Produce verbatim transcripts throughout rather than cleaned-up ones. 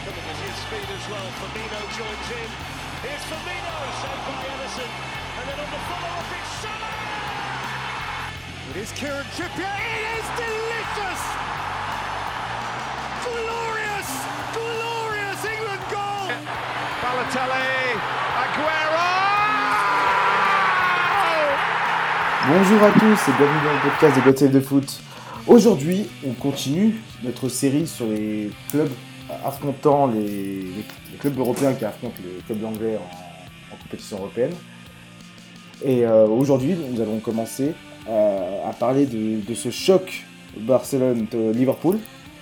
Speed as well. Firmino joins in. Here's Firmino, saved by Ederson, and then on the follow-up it's Salah. It is Kieran Trippier. It is delicious, glorious, glorious England goal. Balotelli, Aguero. Bonjour à tous et bienvenue dans le podcast de God Save the Foot. Aujourd'hui, on continue notre série sur les clubs affrontant les, les, les clubs européens qui affrontent les clubs anglais en, en compétition européenne. Et euh, aujourd'hui, nous allons commencer euh, à parler de, de ce choc Barcelone-Liverpool.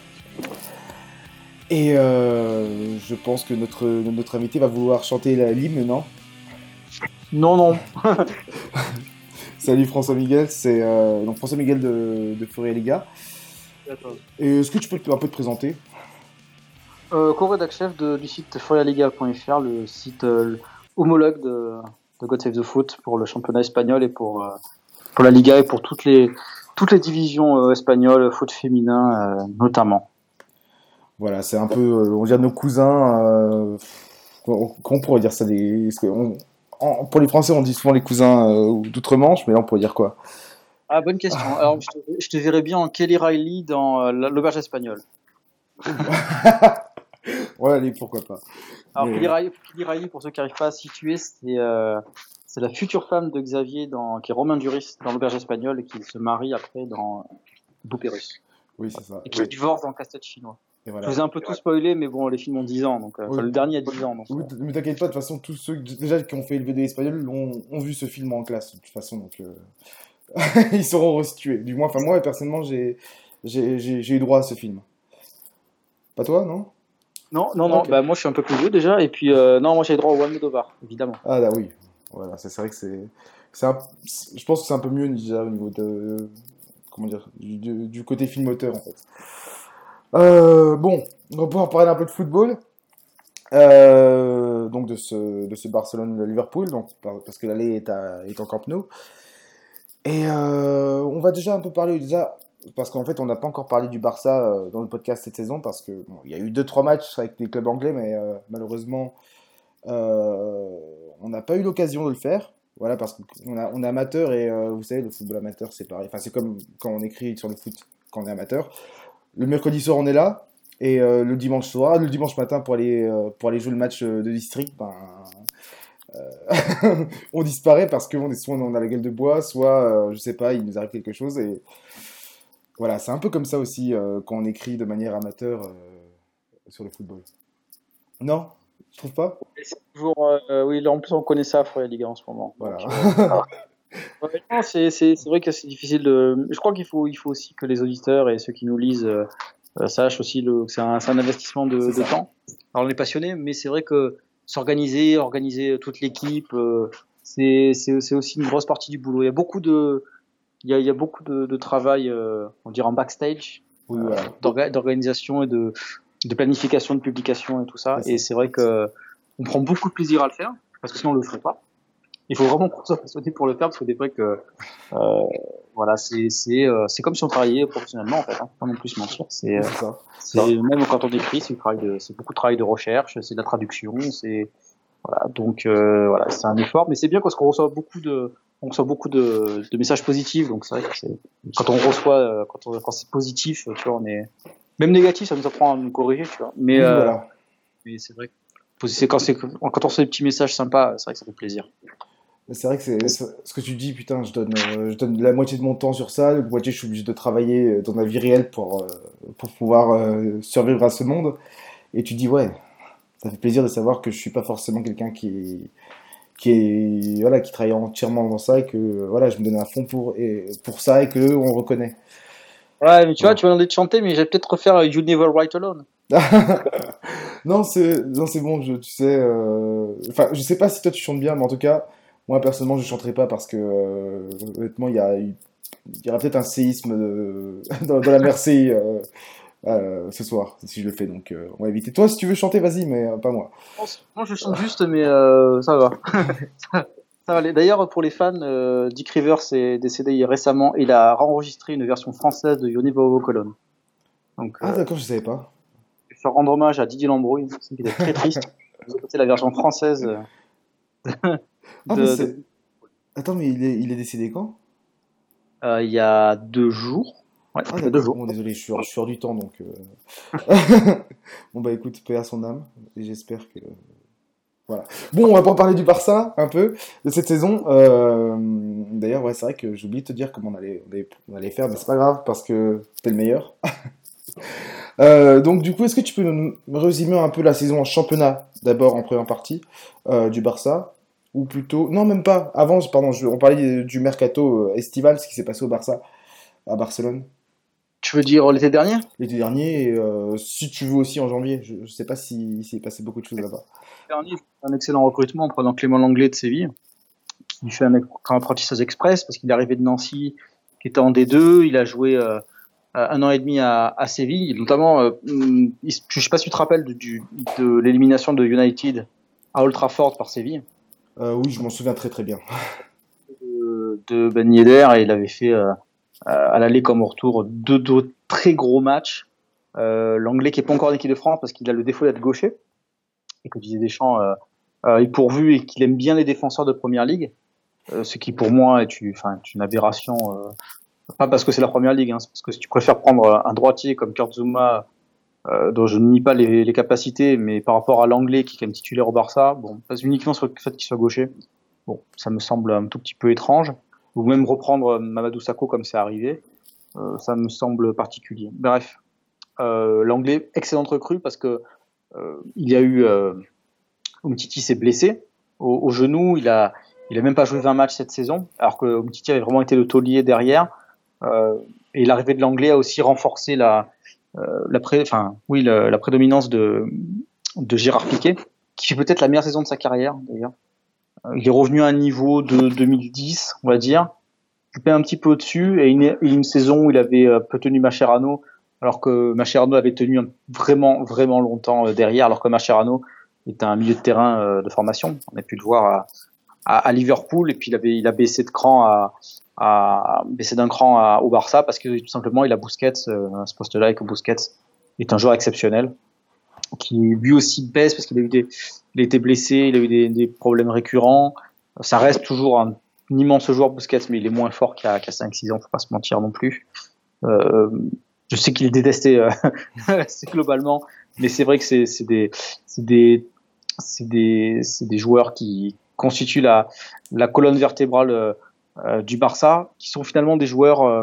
Et euh, je pense que notre, notre invité va vouloir chanter la, l'hymne, non ? Non, non. Salut François Miguel, c'est euh, donc François Miguel de, de Fourier Liga. Et est-ce que tu peux te, un peu te présenter ? Euh, co-rédac-chef de, du site furialiga point f r, le site euh, homologue de, de God Save the Foot pour le championnat espagnol et pour, euh, pour la Liga et pour toutes les, toutes les divisions euh, espagnoles, foot féminin euh, notamment. Voilà, c'est un peu, euh, on dirait nos cousins, euh, comment on pourrait dire ça des, on, en, pour les Français on dit souvent les cousins euh, d'outre-Manche, mais là on pourrait dire quoi ? Ah, bonne question. Alors je te, je te verrais bien en Kelly Riley dans euh, l'auberge espagnole. Ouais, allez, pourquoi pas. Alors, Mais... Kelly Riley, Kelly Riley, pour ceux qui n'arrivent pas à situer, c'est, euh, c'est la future femme de Xavier, dans, qui est Romain Duris dans l'auberge espagnole et qui se marie après dans Poupée russe. Oui, c'est ça. Et qui oui. divorce dans Casse-tête chinois. Et voilà. Je vous ai un peu tout spoilé, mais bon, les films ont dix ans, donc euh, oui. le dernier a dix ans. Donc, oui, mais t'inquiète pas, de toute façon, tous ceux déjà qui ont fait le V D espagnol ont, ont vu ce film en classe, de toute façon, donc euh... ils seront restitués. Du moins, enfin moi, personnellement, j'ai, j'ai, j'ai, j'ai eu droit à ce film. Pas toi, non ? Non, non, non. Okay. Bah moi, je suis un peu plus vieux déjà, et puis euh, non, moi j'ai droit au One Modovar, évidemment. Ah là, oui. Voilà, c'est, c'est vrai que c'est, c'est un... je pense que c'est un peu mieux déjà au niveau de, comment dire, du, du, du côté film auteur en fait. Euh, bon, on va pouvoir parler un peu de football. Euh, donc de ce, de ce Barcelone-Liverpool, donc parce que l'aller est, à, est en Camp Nou. Et euh, on va déjà un peu parler déjà. Parce qu'en fait, on n'a pas encore parlé du Barça euh, dans le podcast cette saison, parce que bon, il y a eu deux trois matchs avec des clubs anglais, mais euh, malheureusement, euh, on n'a pas eu l'occasion de le faire. Voilà, parce qu'on a, on est amateur et euh, vous savez, le football amateur, c'est pareil. Enfin, c'est comme quand on écrit sur le foot quand on est amateur. Le mercredi soir, on est là, et euh, le dimanche soir, le dimanche matin pour aller euh, pour aller jouer le match de district, ben, euh, on disparaît parce que on est soit on a la gueule de bois, soit euh, je sais pas, il nous arrive quelque chose et voilà, c'est un peu comme ça aussi euh, quand on écrit de manière amateur euh, sur le football. Non, je trouve pas. C'est toujours, euh, oui, en plus on connaît ça à la Liga en ce moment. Voilà. Donc, euh, ouais, non, c'est, c'est, c'est vrai que c'est difficile de. Je crois qu'il faut, il faut aussi que les auditeurs et ceux qui nous lisent euh, sachent aussi le, que c'est un, c'est un investissement de, de temps. Alors on est passionné, mais c'est vrai que s'organiser, organiser toute l'équipe, euh, c'est, c'est, c'est aussi une grosse partie du boulot. Il y a beaucoup de Il y a, il y a beaucoup de, de travail, euh, on dirait en backstage, oui, euh, voilà. d'orga- d'organisation et de, de planification, de publication et tout ça. C'est et c'est vrai que on prend beaucoup de plaisir à le faire, parce que sinon on le ferait pas. Il faut vraiment qu'on soit passionné pour le faire, parce que des fois que, euh, voilà, c'est, c'est, euh, c'est comme si on travaillait professionnellement, en fait, hein, pas non plus se mentir. C'est, oui, c'est ça. c'est, c'est même quand on écrit, c'est, travail de, c'est beaucoup de travail de recherche, c'est de la traduction, c'est, voilà, donc, euh, voilà, c'est un effort, mais c'est bien parce qu'on reçoit beaucoup de, on reçoit beaucoup de, de messages positifs, donc c'est vrai que c'est, quand on reçoit, quand, on, quand c'est positif, tu vois, on est, même négatif, ça nous apprend à nous corriger, tu vois. Mais, oui, euh, voilà. mais c'est vrai que c'est quand, c'est, quand on reçoit des petits messages sympas, c'est vrai que ça fait plaisir. C'est vrai que c'est, c'est ce que tu dis, putain, je donne, euh, je donne la moitié de mon temps sur ça, la moitié je suis obligé de travailler dans la vie réelle pour, euh, pour pouvoir euh, survivre à ce monde. Et tu dis, ouais, ça fait plaisir de savoir que je suis pas forcément quelqu'un qui qui est voilà qui travaille entièrement dans ça et que voilà je me donne à fond pour et pour ça et que on reconnaît. Ouais, mais tu ouais. vois, tu m'as demandé de chanter, mais j'allais peut-être refaire You Never Write Alone. non, c'est non c'est bon, je, tu sais, enfin euh... je sais pas si toi tu chantes bien, mais en tout cas moi personnellement je chanterai pas parce que euh, honnêtement il y a il y aura peut-être un séisme de... dans, dans la Mersey. Euh... Euh, ce soir, si je le fais, donc euh, on va éviter. Toi, si tu veux chanter, vas-y, mais euh, pas moi. Moi, je chante juste, mais euh, ça va. ça, ça va aller. D'ailleurs, pour les fans, euh, Dick Rivers est décédé récemment et il a enregistré une version française de You Never Walk Alone. Donc, ah, euh, d'accord, je savais pas. faire rendre hommage à Didier Lambrouille, qui était très triste. Vous écoutez la version française de, Ah, mais de- c'est- Attends, mais il est, il est décédé quand? euh, il y a deux jours. Ouais, Ah, il y a deux d'accord. jours. Bon, désolé, je suis, je suis hors du temps, donc... euh, Bon, bah écoute, paix à son âme, et j'espère que... Voilà. Bon, on va pas parler du Barça, un peu, de cette saison. Euh, D'ailleurs, ouais, c'est vrai que j'ai oublié de te dire comment on allait, on allait, on allait faire, mais c'est pas grave, parce que t'es le meilleur. Euh, donc, du coup, est-ce que tu peux nous nous résumer un peu la saison en championnat, d'abord en première partie, euh, du Barça, ou plutôt... Non, même pas. Avant, pardon, je- on parlait du mercato euh, estival, ce qui s'est passé au Barça, à Barcelone, Tu veux dire l'été dernier? l'été dernier, et euh, si tu veux aussi en janvier. Je, je sais pas si, s'il est passé beaucoup de choses là-bas. L'été dernier, c'est un excellent recrutement en prenant Clément Langlais de Séville, qui fait un, un apprentissage express parce qu'il est arrivé de Nancy, qui était en D deux. Il a joué euh, un an et demi à, à Séville, notamment. Euh, hum, il- je ne sais pas si tu te rappelles de, du, de l'élimination de United à Old Trafford par Séville, Euh, oui, je m'en souviens très très bien. de, de Ben Yedder, et il avait fait euh, à l'aller comme au retour deux, deux très gros matchs. Euh, L'anglais qui est pas encore en équipe de France parce qu'il a le défaut d'être gaucher, et que Didier Deschamps euh, euh, est pourvu et qu'il aime bien les défenseurs de première ligue, euh, ce qui pour moi est une, enfin, est une aberration. Euh, pas parce que c'est la première ligue, hein, c'est parce que si tu préfères prendre un droitier comme Kurt Zouma, euh, dont je ne nie pas les, les capacités, mais par rapport à l'anglais qui est quand même titulaire au Barça, bon, pas uniquement sur le fait qu'il soit gaucher, bon, ça me semble un tout petit peu étrange. Ou même reprendre Mamadou Sakho comme c'est arrivé, euh, ça me semble particulier. Bref, euh, l'anglais, excellente recrue parce que euh, il y a eu euh, Umtiti s'est blessé au, au genou, il a il a même pas joué vingt matchs cette saison, alors que Umtiti avait vraiment été le taulier derrière. Euh, et l'arrivée de l'anglais a aussi renforcé la euh, la pré, enfin oui la, la prédominance de de Gérard Piqué, qui fait peut-être la meilleure saison de sa carrière d'ailleurs. Euh, il est revenu à un niveau de deux mille dix, on va dire. Il paie un petit peu au-dessus, et une, une saison où il avait euh, peu tenu Mascherano, alors que Mascherano avait tenu un, vraiment vraiment longtemps euh, derrière, alors que Mascherano est un milieu de terrain euh, de formation. On a pu le voir à, à, à Liverpool, et puis il avait il a baissé de cran à, à baissé d'un cran à, au Barça parce que tout simplement il a Busquets euh, à ce poste-là, et que Busquets est un joueur exceptionnel qui lui aussi baisse parce qu'il a eu des il a été blessé, il a eu des, des problèmes récurrents. Ça reste toujours un, un immense joueur Busquets, mais il est moins fort qu'il y a, qu'il y a cinq six ans, faut pas se mentir non plus. Euh, je sais qu'il est détesté euh, globalement, mais c'est vrai que c'est, c'est des c'est des c'est des c'est des joueurs qui constituent la la colonne vertébrale euh, du Barça, qui sont finalement des joueurs euh,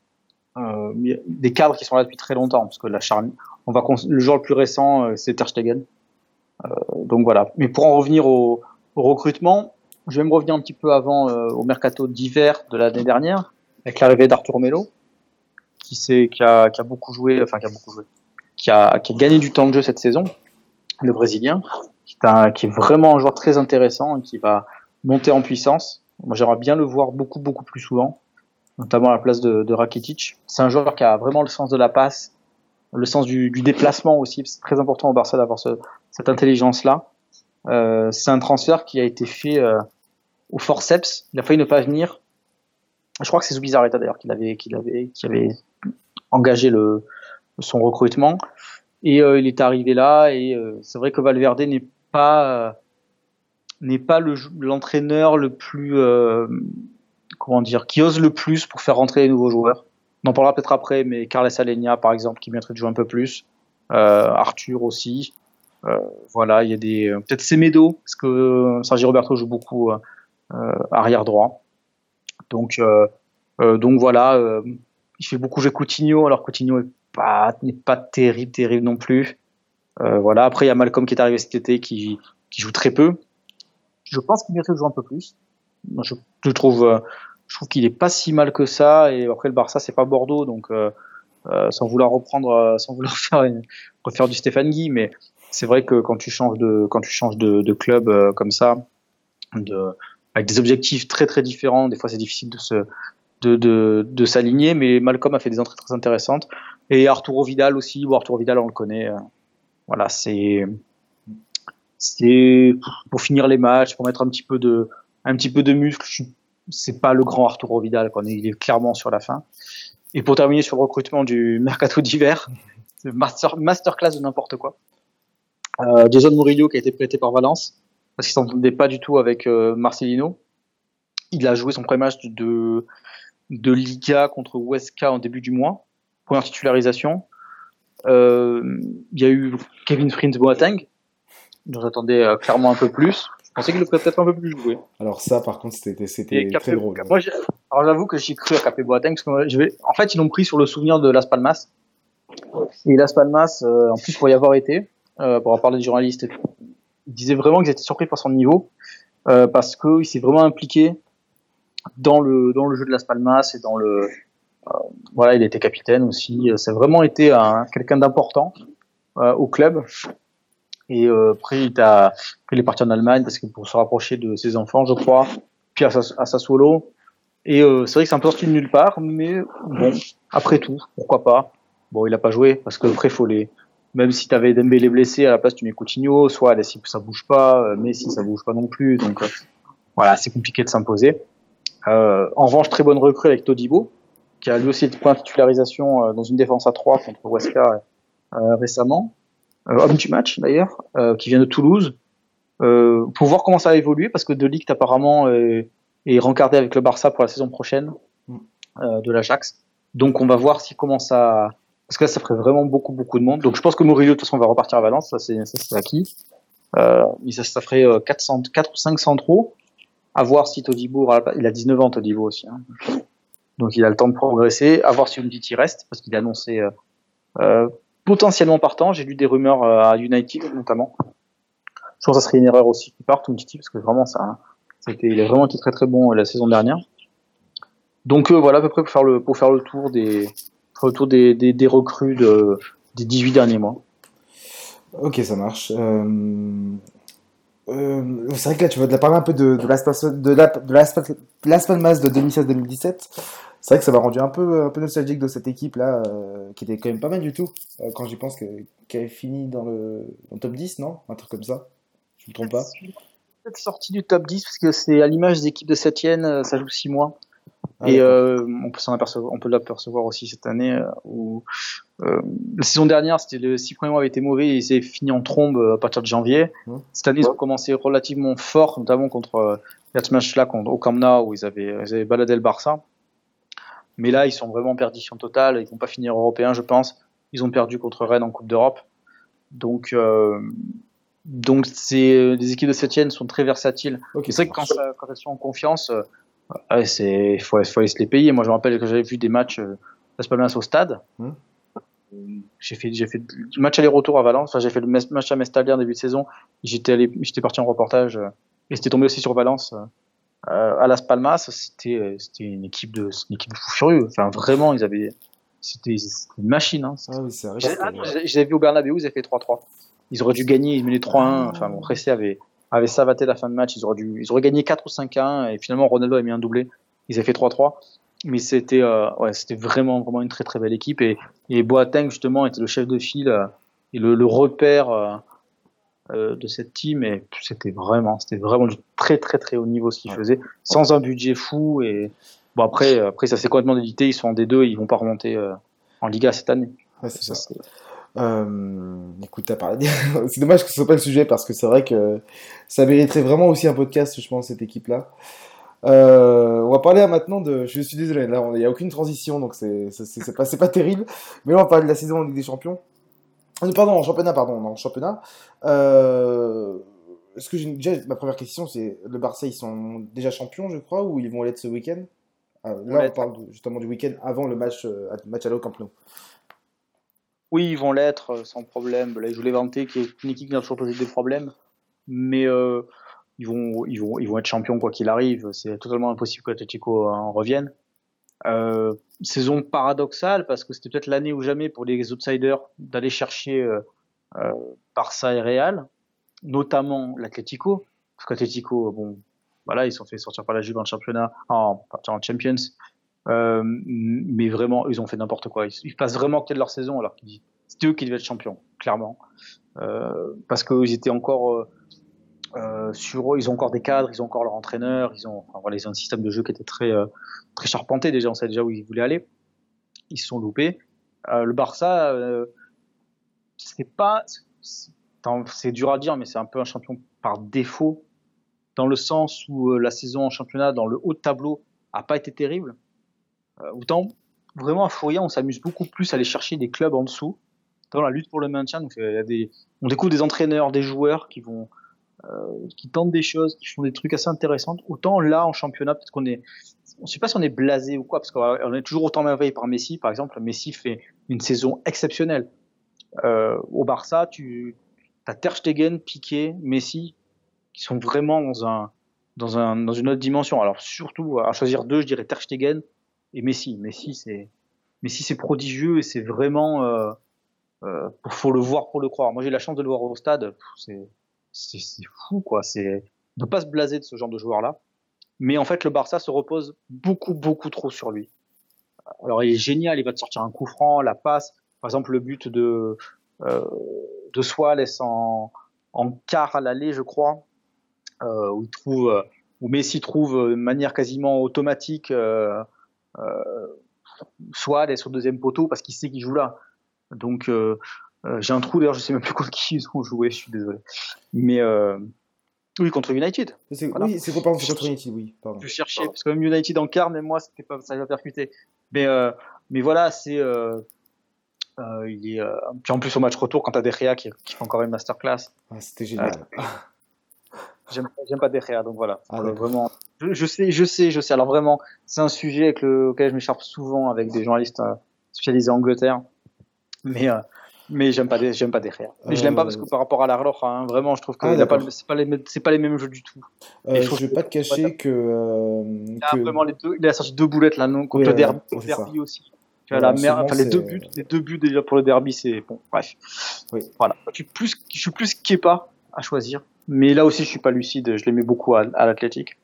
euh, des cadres qui sont là depuis très longtemps, parce que la charne, on va cons- le joueur le plus récent euh, c'est Ter Stegen. Euh, donc voilà. Mais pour en revenir au, au recrutement, je vais me revenir un petit peu avant euh, au mercato d'hiver de l'année dernière, avec l'arrivée d'Arturo Melo, qui, s'est, qui, a, qui a beaucoup joué, enfin qui a beaucoup joué, qui a, qui a gagné du temps de jeu cette saison, le Brésilien, qui est, un, qui est vraiment un joueur très intéressant et qui va monter en puissance. Moi, j'aimerais bien le voir beaucoup, beaucoup plus souvent, notamment à la place de, de Rakitic. C'est un joueur qui a vraiment le sens de la passe, le sens du, du déplacement aussi. C'est très important au Barça d'avoir ce, cette intelligence-là. Euh, c'est un transfert qui a été fait euh, au forceps. Il a failli ne pas venir. Je crois que c'est Zubizarreta d'ailleurs qui avait, qui avait, qui avait engagé le, son recrutement. Et euh, il est arrivé là. Et euh, c'est vrai que Valverde n'est pas, euh, n'est pas le, l'entraîneur le plus, euh, comment dire, qui ose le plus pour faire rentrer les nouveaux joueurs. On en parlera peut-être après, mais Carles Alenia par exemple, qui mériterait de jouer un peu plus. Euh, Arthur aussi. Euh, voilà, il y a des euh, peut-être Semedo parce que euh, Sergi Roberto joue beaucoup euh, arrière droit. Donc euh, euh, donc voilà, euh, il fait beaucoup jouer Coutinho, alors Coutinho est pas n'est pas terrible terrible non plus. Euh, voilà, après il y a Malcolm qui est arrivé cet été qui qui joue très peu. Je pense qu'il mérite de jouer un peu plus. Je, je trouve euh, je trouve qu'il est pas si mal que ça, et après le Barça c'est pas Bordeaux, donc euh, euh, sans vouloir reprendre euh, sans vouloir faire une, refaire du Stéphane Guy, mais c'est vrai que quand tu changes de quand tu changes de, de club euh, comme ça, de, avec des objectifs très très différents, des fois c'est difficile de se de, de, de s'aligner. Mais Malcolm a fait des entrées très intéressantes, et Arturo Vidal aussi. Bon, Arturo Vidal on le connaît, euh, voilà, c'est c'est pour finir les matchs, pour mettre un petit peu de un petit peu de muscle. Je, c'est pas le grand Arturo Vidal, quoi. Il est clairement sur la fin. Et pour terminer sur le recrutement du mercato d'hiver, c'est master, masterclass de n'importe quoi. Euh, Jason Murillo qui a été prêté par Valence parce qu'il s'entendait pas du tout avec euh, Marcelino. Il a joué son premier match de, de Liga contre Huesca en début du mois, première titularisation. Euh, il y a eu Kevin Prince Boateng, dont j'attendais euh, clairement un peu plus. Je pensais qu'il le ferait peut-être un peu plus jouer. Alors ça, par contre, c'était, c'était Capé, très drôle. Moi, alors j'avoue que j'ai cru à Capé Boateng parce que moi, je vais, en fait, ils l'ont pris sur le souvenir de Las Palmas. Et Las Palmas, euh, en plus pour y avoir été, euh, pour avoir parlé des journalistes, ils disaient vraiment qu'ils étaient surpris par son niveau euh, parce que il s'est vraiment impliqué dans le dans le jeu de Las Palmas et dans le euh, voilà, il était capitaine aussi. Ça a vraiment été un, quelqu'un d'important euh, au club. Et euh, après, il, a, après, il est parti en Allemagne parce que pour se rapprocher de ses enfants, je crois. Puis à, à Sassuolo. Et euh, c'est vrai que c'est un peu sorti de nulle part, mais bon, après tout, pourquoi pas. Bon, il a pas joué parce que après, faut les. Même si t'avais Dembélé blessé, à la place tu mets Coutinho, soit si ça bouge pas, Messi ça bouge pas non plus. Donc euh, voilà, c'est compliqué de s'imposer. Euh, en revanche, très bonne recrue avec Todibo, qui a lui aussi été point de titularisation euh, dans une défense à trois contre Huesca euh, récemment. Euh, homme du match d'ailleurs, euh, qui vient de Toulouse, euh, pour voir comment ça a évolué, parce que De Ligt apparemment est, est rencardé avec le Barça pour la saison prochaine euh, de l'Ajax. Donc on va voir si comment ça, parce que là ça ferait vraiment beaucoup beaucoup de monde. Donc je pense que Murillo de toute façon va repartir à Valence, ça c'est ça c'est acquis. Euh, ça, ça ferait quatre cents, quatre ou cinq centraux. À voir si Todibo, il a dix-neuf ans Todibo aussi, hein. Donc il a le temps de progresser. À voir si Umtiti reste, parce qu'il a annoncé euh, euh, potentiellement partant. J'ai lu des rumeurs euh, à United notamment. Je pense que ça serait une erreur aussi qu'il parte Umtiti, parce que vraiment ça, c'était, il a vraiment été très très bon euh, la saison dernière. Donc euh, voilà à peu près pour faire le pour faire le tour des faire le tour des des, des recrues de, des dix-huit derniers mois. Ok, ça marche. Euh... Euh, c'est vrai que là, tu vas te parler un peu de, de Las Palmas de, la, de Las, Las Palmas de deux mille seize deux mille dix-sept. C'est vrai que ça m'a rendu un peu, un peu nostalgique de cette équipe-là, euh, qui était quand même pas mal du tout, euh, quand j'y pense, qu'elle avait fini dans le, dans le top dix, non? Un truc comme ça. Je me trompe pas. Peut-être sorti du top dix, parce que c'est à l'image des équipes de septième, ça joue six mois. Ah, et euh, on peut s'en apercevoir, on peut l'apercevoir aussi cette année euh, où euh, la saison dernière, c'était les six premiers mois avaient été mauvais et c'est fini en trombe à partir de janvier. Mmh. Cette année, ils ont commencé relativement fort, notamment contre euh, ce match-là contre au Camp Nou où ils avaient, ils avaient baladé le Barça. Mais là, ils sont vraiment en perdition totale. Ils vont pas finir européens, je pense. Ils ont perdu contre Rennes en Coupe d'Europe. Donc, euh, donc c'est les équipes de septième sont très versatiles. Okay, c'est vrai que quand, ça, quand elles sont en confiance. Euh, Ouais, c'est, faut, faut aller se les payer. Moi, je me rappelle que j'avais vu des matchs euh, Las Palmas au stade. Mmh. J'ai fait, j'ai fait le match aller-retour à Valence. Enfin, j'ai fait le match à Mestalla en début de saison. J'étais allé, j'étais parti en reportage euh, et c'était tombé aussi sur Valence euh, à Las Palmas. C'était, c'était une équipe de, une équipe de fous furieux. Enfin, vraiment, ils avaient, c'était, c'était une machine. Hein. Ah oui, c'est vrai. J'ai, ah, j'avais vu au Bernabéu, ils avaient fait trois trois. Ils auraient dû gagner, ils menaient trois un. Enfin, bon, Ressé avait. avait savaté la fin de match, ils auraient dû, ils auraient gagné quatre ou cinq à un et finalement Ronaldo a mis un doublé. Ils avaient fait trois trois. Mais c'était, euh, ouais, c'était vraiment, vraiment une très très belle équipe et, et Boateng justement était le chef de file euh, et le, le repère euh, euh, de cette team et c'était vraiment, c'était vraiment du très très très haut niveau ce qu'ils ouais. faisaient, sans un budget fou et bon après, après ça s'est complètement délité, ils sont en D deux, ils vont pas remonter euh, en Liga cette année. Ouais, c'est ça. ça c'est... Euh, écoute, t'as parlé. C'est dommage que ce soit pas le sujet parce que c'est vrai que ça mériterait vraiment aussi un podcast, je pense, cette équipe-là. Euh, on va parler là maintenant de. Je suis désolé, là, il n'y a aucune transition, donc c'est, c'est, c'est, c'est, pas, c'est pas terrible. Mais là, on va parler de la saison en Ligue des Champions. Pardon, en championnat, pardon, en championnat. Euh, est-ce que j'ai déjà ma première question, c'est le Barça, ils sont déjà champions, je crois, ou ils vont l'être ce week-end? euh, Là, on parle justement du week-end avant le match, euh, match à l'O Camp Nou. Oui, ils vont l'être sans problème. Là, je voulais vanter qu'il y ait une équipe qui a toujours posé des problèmes, mais euh, ils vont, ils vont, ils vont être champions quoi qu'il arrive. C'est totalement impossible qu'Atlético en revienne. Euh, saison paradoxale parce que c'était peut-être l'année ou jamais pour les outsiders d'aller chercher euh, euh, Barça et Real, notamment l'Atlético, parce qu'Atlético, bon, voilà, ils se sont fait sortir par la Juve en championnat, en, en Champions. Euh, mais vraiment, ils ont fait n'importe quoi. Ils, ils passent vraiment à côté de leur saison, alors que c'était eux qui devaient être champions, clairement. Euh, parce qu'ils étaient encore euh, euh, sur eux, ils ont encore des cadres, ils ont encore leur entraîneur, ils ont, enfin, voilà, ils ont un système de jeu qui était très, euh, très charpenté déjà. On savait déjà où ils voulaient aller. Ils se sont loupés. Euh, le Barça, euh, c'est pas, c'est, c'est dur à dire, mais c'est un peu un champion par défaut, dans le sens où euh, la saison en championnat, dans le haut de tableau, a pas été terrible. Euh, autant, vraiment, à Fourrière, on s'amuse beaucoup plus à aller chercher des clubs en dessous, dans la lutte pour le maintien. Donc, il y a des, on découvre des entraîneurs, des joueurs qui vont, euh, qui tentent des choses, qui font des trucs assez intéressants. Autant là, en championnat, peut-être qu'on est, on ne sait pas si on est blasé ou quoi, parce qu'on est toujours autant merveillé par Messi, par exemple. Messi fait une saison exceptionnelle. Euh, au Barça, tu as Ter Stegen, Piqué, Messi, qui sont vraiment dans un, dans un, dans une autre dimension. Alors surtout, à choisir deux, je dirais Ter Stegen et Messi. Messi, c'est, Messi, c'est prodigieux et c'est vraiment, euh, euh, faut le voir pour le croire. Moi, j'ai eu la chance de le voir au stade. C'est, c'est, c'est fou, quoi. C'est, ne pas se blaser de ce genre de joueur-là. Mais en fait, le Barça se repose beaucoup, beaucoup trop sur lui. Alors, il est génial. Il va te sortir un coup franc, la passe. Par exemple, le but de, euh, de Suárez en, en quart à l'aller, je crois, euh, où il trouve, euh, où Messi trouve de manière quasiment automatique, euh, euh, Suárez sur le deuxième poteau parce qu'il sait qu'il joue là. Donc, euh, euh, j'ai un trou, d'ailleurs, je sais même plus contre qui ils ont joué, je suis désolé. Mais, euh, oui, contre United. C'est, Voilà. Oui, c'est contre United, oui. Pardon. Je cherchais, parce que même United en quart, mais moi, c'était pas, ça va percuter. Mais, euh, mais voilà, c'est, euh, euh, il est, euh, puis en plus au match retour, quand t'as De Gea qui, qui fait encore une masterclass. Ah, c'était génial. Euh, j'aime, j'aime pas De Gea, donc voilà. Ah, euh, vraiment, je, je sais, je sais, je sais. Alors vraiment, c'est un sujet avec le, auquel je m'écharpe souvent avec des journalistes euh, spécialisés en Angleterre. Mais, euh, mais j'aime pas, j'aime pas De Gea. Mais euh... je l'aime pas parce que par rapport à la Roja, hein, vraiment, je trouve que ah, pas, c'est pas les, c'est pas les mêmes jeux du tout. Euh, je, je vais pas te cacher ouais, que, euh, il a que... vraiment les deux, il a sorti deux boulettes là, non, contre oui, le derby, ouais, le derby aussi. Tu vois, la mer... enfin, les deux buts, les deux buts déjà pour le derby, c'est bon. Bref, oui. Voilà. Je suis plus, je suis plus Kepa à choisir. Mais là aussi, je suis pas lucide. Je l'aimais beaucoup à, à l'Athletic.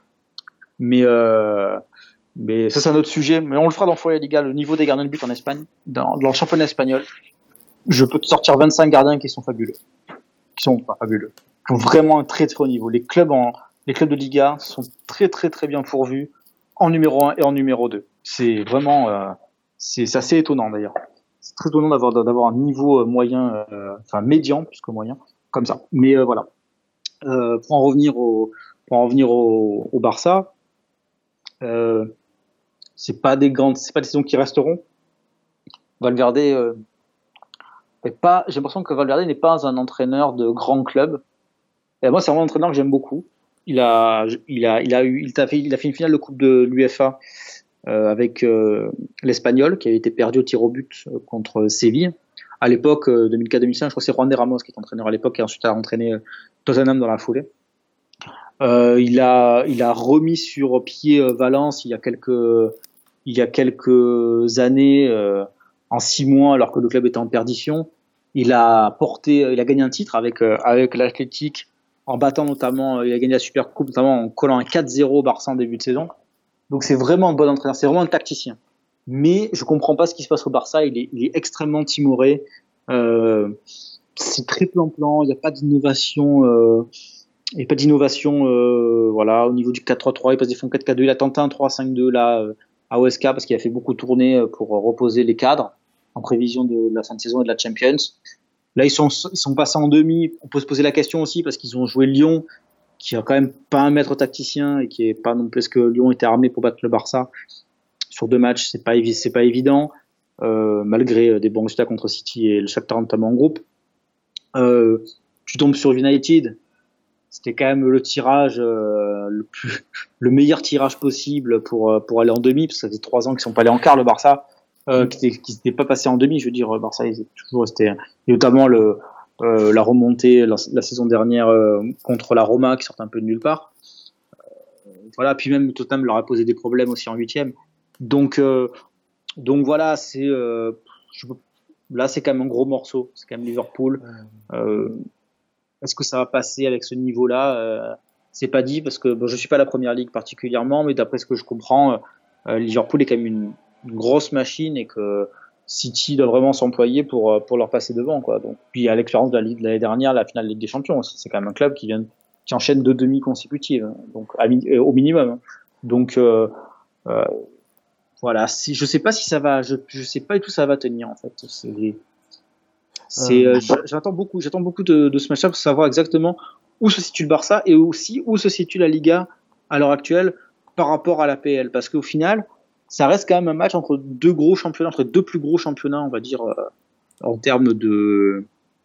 Mais euh, mais ça, c'est un autre sujet. Mais on le fera dans Foyer Liga. Le niveau des gardiens de but en Espagne, dans, dans le championnat espagnol, je peux te sortir vingt-cinq gardiens qui sont fabuleux, qui sont pas fabuleux, qui ont vraiment un très très haut niveau. Les clubs en, les clubs de Liga sont très très très bien pourvus en numéro un et en numéro deux. C'est vraiment, euh, c'est, c'est assez étonnant d'ailleurs. C'est très étonnant d'avoir d'avoir un niveau moyen, euh, enfin médian plus que moyen, comme ça. Mais euh, voilà. Euh, pour en revenir au, pour en revenir au, au Barça, euh, c'est pas des grandes, c'est pas des saisons qui resteront. Valverde, euh, est pas, j'ai l'impression que Valverde n'est pas un entraîneur de grand club. Et moi, c'est vraiment un entraîneur que j'aime beaucoup. Il a, il a, il a eu, il a fait, il a fait une finale de Coupe de l'U F A euh, avec euh, l'Espagnol qui avait été perdu au tir au but euh, contre Séville. À l'époque, euh, deux mille quatre deux mille cinq, je crois que c'est Juan de Ramos qui est entraîneur à l'époque et ensuite a entraîné euh, Tottenham dans la foulée. Euh, il a, il a remis sur pied euh, Valence il y a quelques, il y a quelques années, euh, en six mois, alors que le club était en perdition. Il a porté, il a gagné un titre avec euh, avec l'Athletic en battant notamment, il a gagné la Super Coupe notamment en collant un quatre zéro au Barça en début de saison. Donc c'est vraiment un bon entraîneur, c'est vraiment un tacticien. Mais je comprends pas ce qui se passe au Barça. Il est, il est extrêmement timoré. Euh, c'est très plan-plan. Il n'y a pas d'innovation. Euh, il n'y a pas d'innovation. Euh, voilà, au niveau du quatre trois trois, il passe des fonds quatre quatre deux. Il a tenté un trois cinq deux là euh, à O S K parce qu'il a fait beaucoup tourner pour reposer les cadres en prévision de la fin de saison et de la Champions. Là, ils sont, ils sont passés en demi. On peut se poser la question aussi parce qu'ils ont joué Lyon, qui a quand même pas un maître tacticien et qui est pas non plus, parce que Lyon était armé pour battre le Barça. Sur deux matchs, c'est pas, c'est pas évident, euh, malgré des bons résultats contre City et le Shakhtar notamment en groupe. Euh, tu tombes sur United, c'était quand même le tirage, euh, le plus, le meilleur tirage possible pour, pour aller en demi, parce que ça faisait trois ans qu'ils sont pas allés en quart, le Barça. Euh, qui n'étaient pas passés en demi, je veux dire, Barça, ils étaient toujours restés, et notamment le, euh, la remontée la, la saison dernière euh, contre la Roma qui sortait un peu de nulle part. Euh, voilà, puis même Tottenham leur a posé des problèmes aussi en huitième. Donc, euh, donc voilà, c'est euh, je, là c'est quand même un gros morceau, c'est quand même Liverpool. Euh, est-ce que ça va passer avec ce niveau-là euh, c'est pas dit parce que bon, je suis pas à la Première Ligue particulièrement, mais d'après ce que je comprends, euh, Liverpool est quand même une une grosse machine et que City doit vraiment s'employer pour pour leur passer devant, quoi. Donc puis à l'expérience de la Ligue de l'année dernière, la finale de Ligue des Champions aussi, c'est quand même un club qui vient qui enchaîne deux demi consécutives, donc à, au minimum. Donc euh, euh, voilà, si je sais pas si ça va, je je sais pas du tout ça va tenir en fait. C'est C'est, euh, j'attends beaucoup, j'attends beaucoup de, de ce match-là pour savoir exactement où se situe le Barça et aussi où se situe la Liga à l'heure actuelle par rapport à l'A P L. Parce qu'au final, ça reste quand même un match entre deux gros championnats, entre deux plus gros championnats, on va dire, euh, en termes de,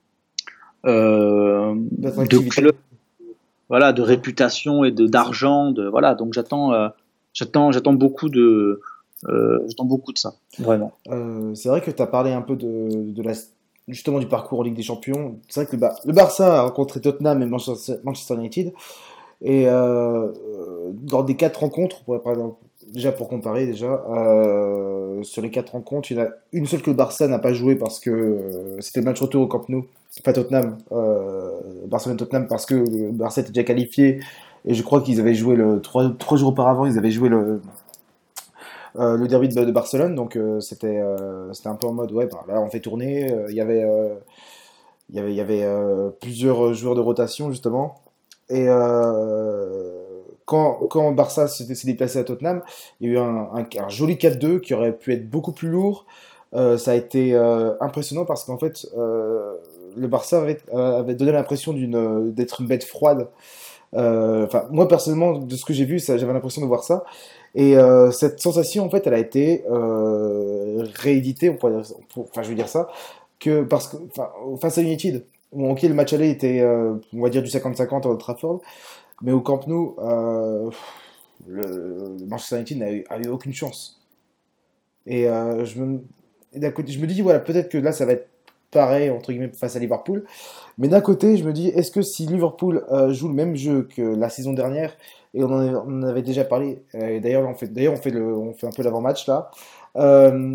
euh, de club, voilà, de réputation et de d'argent, de voilà. Donc j'attends, euh, j'attends, j'attends beaucoup de, euh, j'attends beaucoup de ça, vraiment. Euh, c'est vrai que tu as parlé un peu de, de la, justement du parcours en Ligue des Champions. C'est vrai que le, Bar- le Barça a rencontré Tottenham et Manchester, Manchester United. Et euh, dans des quatre rencontres, pour, par exemple, déjà pour comparer, déjà, euh, sur les quatre rencontres, il y en a une seule que le Barça n'a pas joué parce que euh, c'était le match retour au Camp Nou, pas Tottenham, euh, Barcelone-Tottenham, parce que le Barça était déjà qualifié. Et je crois qu'ils avaient joué le trois, trois jours auparavant, ils avaient joué le, euh, le derby de, de Barcelone. Donc euh, c'était euh, c'était un peu en mode, ouais, bah, là on fait tourner. Euh, Il y avait, euh, il y avait, il y avait euh, plusieurs joueurs de rotation, justement. Et euh, quand, quand Barça s'est s'est déplacé à Tottenham, il y a eu un, un, un joli quatre deux qui aurait pu être beaucoup plus lourd. Euh, ça a été euh, impressionnant parce qu'en fait, euh, le Barça avait, euh, avait donné l'impression d'une, d'être une bête froide. Euh, Enfin, moi personnellement, de ce que j'ai vu, ça, j'avais l'impression de voir ça. Et euh, cette sensation, en fait, elle a été euh, rééditée, on pourrait dire- on- enfin, je veux dire ça, que parce que, enfin, face à United, où, ok, le match aller était, euh, on va dire, du cinquante cinquante à Old Trafford, mais au Camp Nou, euh, le, le Manchester United n'a eu, a eu aucune chance. Et euh, je me, et d'un côté, je me dis, voilà, peut-être que là, ça va être pareil, entre guillemets, face à Liverpool. Mais d'un côté, je me dis, est-ce que si Liverpool euh, joue le même jeu que la saison dernière, et on en, avait, on en avait déjà parlé, euh, et d'ailleurs, on fait, d'ailleurs, on fait, le, on fait un peu l'avant-match là. Euh,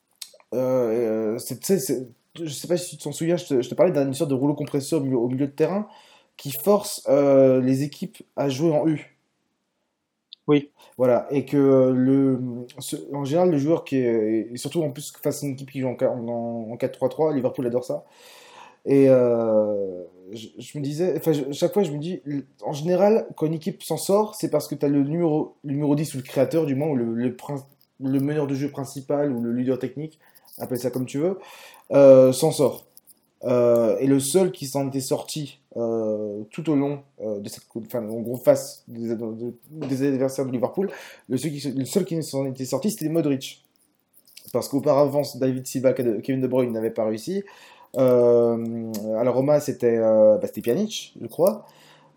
euh, c'est, tu sais, c'est- je sais pas si tu t'en souviens, je te, je te parlais d'une sorte de rouleau compresseur au milieu, au milieu de terrain qui force euh, les équipes à jouer en U. Oui. Voilà, et que euh, le, ce- en général, le joueur qui est, et surtout en plus face à une équipe qui joue en, qua- en, en quatre trois trois, Liverpool adore ça. Et euh, je, je me disais, enfin, je- chaque fois, je me dis, en général, quand une équipe s'en sort, c'est parce que tu as le numéro, le numéro dix ou le créateur, du moins, ou le, le, prin- le meneur de jeu principal ou le leader technique, appelle ça comme tu veux, euh, s'en sort. Euh, et le seul qui s'en était sorti euh, tout au long euh, de cette, enfin, en gros, face des, de- des adversaires de Liverpool, le seul qui, le seul qui s'en était sorti, c'était Modric. Parce qu'auparavant, David Silva, Kevin De Bruyne n'avaient pas réussi. Euh, à la Roma, c'était euh, bah, c'était Pjanic, je crois.